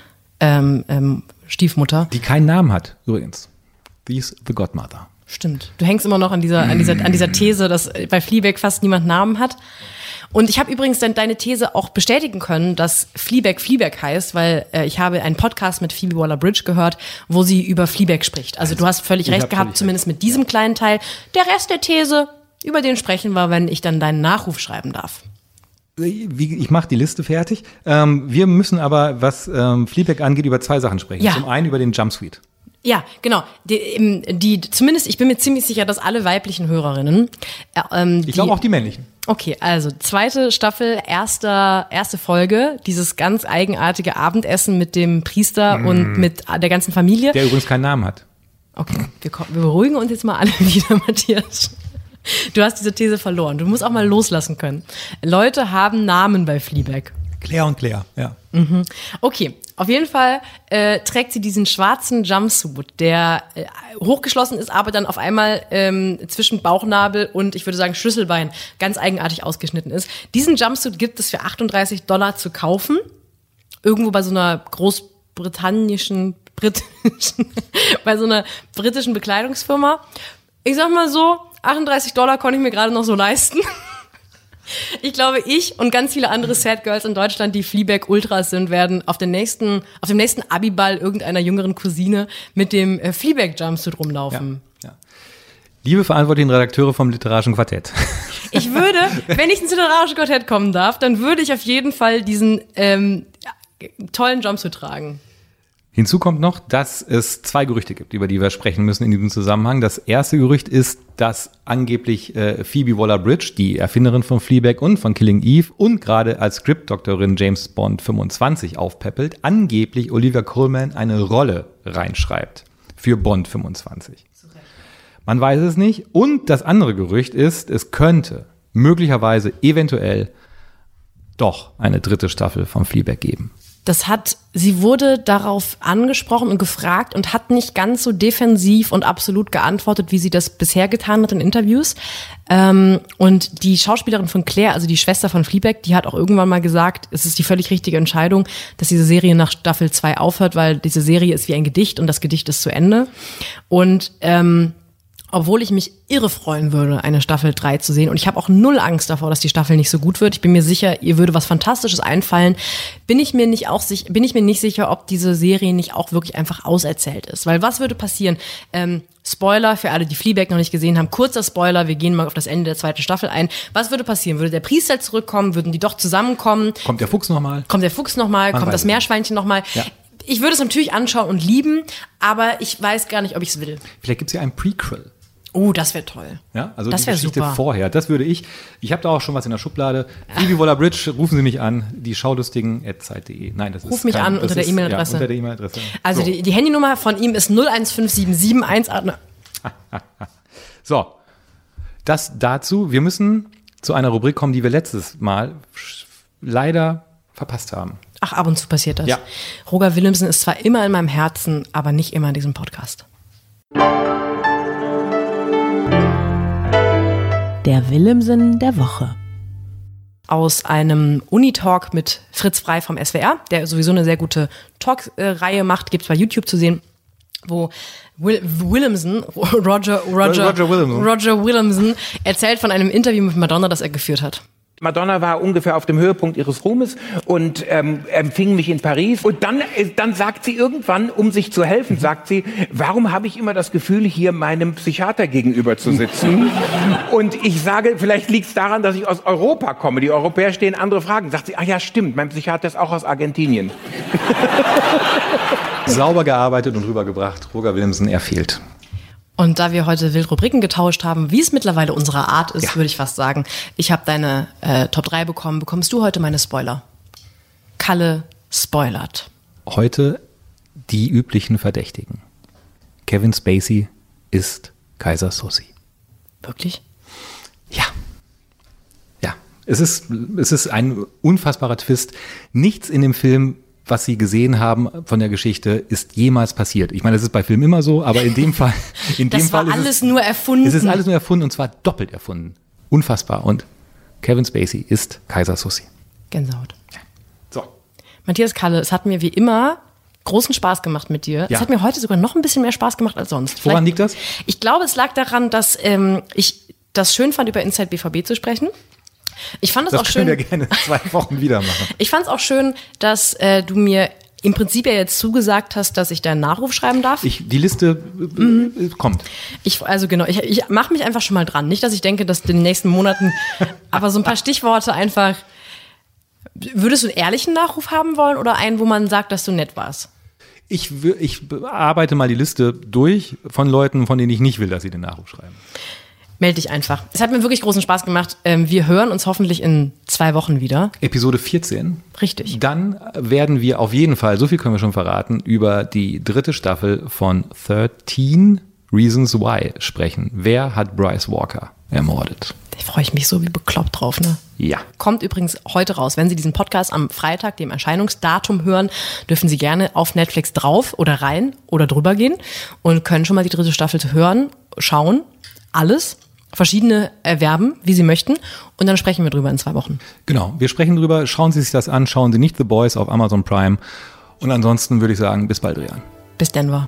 Stiefmutter. Die keinen Namen hat, übrigens. Sie ist the Godmother. Stimmt. Du hängst immer noch an dieser These, dass bei Fleabag fast niemand Namen hat. Und ich habe übrigens deine These auch bestätigen können, dass Fleabag heißt, weil ich habe einen Podcast mit Phoebe Waller-Bridge gehört, wo sie über Fleabag spricht. Also du hast völlig recht gehabt, zumindest mit diesem kleinen Teil. Der Rest der These, über den sprechen wir, wenn ich dann deinen Nachruf schreiben darf. Ich mache die Liste fertig. Wir müssen aber, was Fleabag angeht, über 2 Sachen sprechen. Ja. Zum einen über den Jumpsuite. Ja, genau. Die zumindest, ich bin mir ziemlich sicher, dass alle weiblichen Hörerinnen. Ich glaube auch die männlichen. Okay, also 2. Staffel, erste Folge, dieses ganz eigenartige Abendessen mit dem Priester und mit der ganzen Familie. Der übrigens keinen Namen hat. Okay, wir beruhigen uns jetzt mal alle wieder, Matthias. Du hast diese These verloren. Du musst auch mal loslassen können. Leute haben Namen bei Fleabag. Claire und Claire, ja. Mhm. Okay, auf jeden Fall trägt sie diesen schwarzen Jumpsuit, der hochgeschlossen ist, aber dann auf einmal zwischen Bauchnabel und, ich würde sagen, Schlüsselbein ganz eigenartig ausgeschnitten ist. Diesen Jumpsuit gibt es für $38 zu kaufen. Irgendwo bei so einer bei so einer britischen Bekleidungsfirma. Ich sag mal so, $38 konnte ich mir gerade noch so leisten. Ich glaube, ich und ganz viele andere Sad Girls in Deutschland, die Fleabag Ultras sind, werden auf dem nächsten Abiball irgendeiner jüngeren Cousine mit dem Fleabag Jumpsuit rumlaufen. Ja. Liebe verantwortlichen Redakteure vom Literarischen Quartett. Ich würde, wenn ich ins Literarische Quartett kommen darf, dann würde ich auf jeden Fall diesen tollen Jumpsuit tragen. Hinzu kommt noch, dass es 2 Gerüchte gibt, über die wir sprechen müssen in diesem Zusammenhang. Das erste Gerücht ist, dass angeblich Phoebe Waller-Bridge, die Erfinderin von Fleabag und von Killing Eve und gerade als Scriptdoktorin James Bond 25 aufpäppelt, angeblich Olivia Colman eine Rolle reinschreibt für Bond 25. Man weiß es nicht. Und das andere Gerücht ist, es könnte möglicherweise eventuell doch eine 3. Staffel von Fleabag geben. Sie wurde darauf angesprochen und gefragt und hat nicht ganz so defensiv und absolut geantwortet, wie sie das bisher getan hat in Interviews. Und die Schauspielerin von Claire, also die Schwester von Fleabag, die hat auch irgendwann mal gesagt, es ist die völlig richtige Entscheidung, dass diese Serie nach Staffel 2 aufhört, weil diese Serie ist wie ein Gedicht und das Gedicht ist zu Ende. Und obwohl ich mich irre freuen würde, eine Staffel 3 zu sehen. Und ich habe auch null Angst davor, dass die Staffel nicht so gut wird. Ich bin mir sicher, ihr würde was Fantastisches einfallen. Bin ich mir nicht sicher, ob diese Serie nicht auch wirklich einfach auserzählt ist. Weil was würde passieren? Spoiler für alle, die Fleabag noch nicht gesehen haben. Kurzer Spoiler, wir gehen mal auf das Ende der 2. Staffel ein. Was würde passieren? Würde der Priester zurückkommen? Würden die doch zusammenkommen? Kommt der Fuchs nochmal? Kommt das Meerschweinchen nochmal? Ja. Ich würde es natürlich anschauen und lieben, aber ich weiß gar nicht, ob ich es will. Vielleicht gibt es ja ein Prequel. Oh, das wäre toll. Ja, also das die Geschichte super. Vorher. Das würde ich. Ich habe da auch schon was in der Schublade. Phoebe Waller-Bridge, rufen Sie mich an. Die Schaulustigen@zeit.de. Nein, das ist Ruf mich an unter der E-Mail-Adresse. Ja, unter der E-Mail-Adresse. Also die Handynummer von ihm ist 0157718. So, das dazu. Wir müssen zu einer Rubrik kommen, die wir letztes Mal leider verpasst haben. Ach, ab und zu passiert das. Ja. Roger Willemsen ist zwar immer in meinem Herzen, aber nicht immer in diesem Podcast. Der Willemsen der Woche. Aus einem Uni-Talk mit Fritz Frey vom SWR, der sowieso eine sehr gute Talk-Reihe macht, gibt es bei YouTube zu sehen, wo Roger Willemsen erzählt von einem Interview mit Madonna, das er geführt hat. Madonna war ungefähr auf dem Höhepunkt ihres Ruhmes und empfing mich in Paris. Und dann sagt sie irgendwann, um sich zu helfen, sagt sie, warum habe ich immer das Gefühl, hier meinem Psychiater gegenüber zu sitzen? Und ich sage, vielleicht liegt es daran, dass ich aus Europa komme. Die Europäer stehen andere Fragen. Sagt sie, ach ja, stimmt, mein Psychiater ist auch aus Argentinien. Sauber gearbeitet und rübergebracht. Roger Willemsen, er fehlt. Und da wir heute wild Rubriken getauscht haben, wie es mittlerweile unsere Art ist, würde ich fast sagen, ich habe deine Top 3 bekommen. Bekommst du heute meine Spoiler? Kalle spoilert. Heute die üblichen Verdächtigen. Kevin Spacey ist Kaiser Sossi. Wirklich? Ja. Ja. Es ist ein unfassbarer Twist. Nichts in dem Film, was Sie gesehen haben von der Geschichte, ist jemals passiert. Ich meine, das ist bei Filmen immer so, aber in dem Fall, das war alles nur erfunden. Es ist alles nur erfunden und zwar doppelt erfunden. Unfassbar. Und Kevin Spacey ist Kaiser Sossi. Gänsehaut. So. Matthias Kalle, es hat mir wie immer großen Spaß gemacht mit dir. Ja. Es hat mir heute sogar noch ein bisschen mehr Spaß gemacht als sonst. Woran liegt das? Ich glaube, es lag daran, dass ich das schön fand, über Inside BVB zu sprechen. Ich fand es auch schön. Das können wir gerne 2 Wochen wieder machen. Ich fand es auch schön, dass du mir im Prinzip ja jetzt zugesagt hast, dass ich deinen Nachruf schreiben darf. Die Liste kommt. Ich mache mich einfach schon mal dran. Nicht, dass ich denke, dass in den nächsten Monaten, aber so ein paar Stichworte einfach. Würdest du einen ehrlichen Nachruf haben wollen oder einen, wo man sagt, dass du nett warst? Ich arbeite mal die Liste durch von Leuten, von denen ich nicht will, dass sie den Nachruf schreiben. Meld dich einfach. Es hat mir wirklich großen Spaß gemacht. Wir hören uns hoffentlich in 2 Wochen wieder. Episode 14. Richtig. Dann werden wir auf jeden Fall, so viel können wir schon verraten, über die 3. Staffel von 13 Reasons Why sprechen. Wer hat Bryce Walker ermordet? Da freue ich mich so wie bekloppt drauf, ne? Ja. Kommt übrigens heute raus. Wenn Sie diesen Podcast am Freitag, dem Erscheinungsdatum hören, dürfen Sie gerne auf Netflix drauf oder rein oder drüber gehen und können schon mal die 3. Staffel hören, schauen, alles. Verschiedene erwerben, wie Sie möchten. Und dann sprechen wir drüber in 2 Wochen. Genau, wir sprechen drüber. Schauen Sie sich das an. Schauen Sie nicht The Boys auf Amazon Prime. Und ansonsten würde ich sagen, bis bald, Rian. Bis Denver.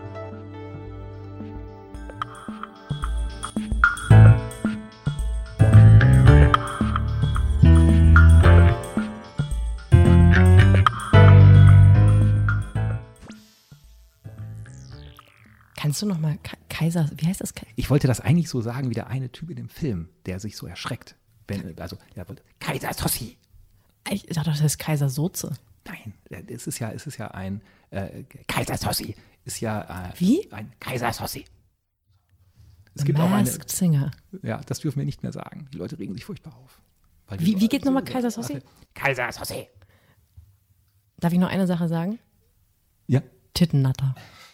Kannst du noch mal Kaiser, wie heißt das? Ich wollte das eigentlich so sagen wie der eine Typ in dem Film, der sich so erschreckt. Der wollte Kaiser Sossi. Ich dachte, das heißt Kaiser Soze. Nein, es ist ja ein Kaiser Sossi. Ist ja wie? Ein Kaiser Sossi. Es gibt auch eine Singer. Ja, das dürfen wir nicht mehr sagen. Die Leute regen sich furchtbar auf. Wie geht nochmal Kaiser Sossi? Kaiser Sossi. Darf ich noch eine Sache sagen? Ja. Tittennatter.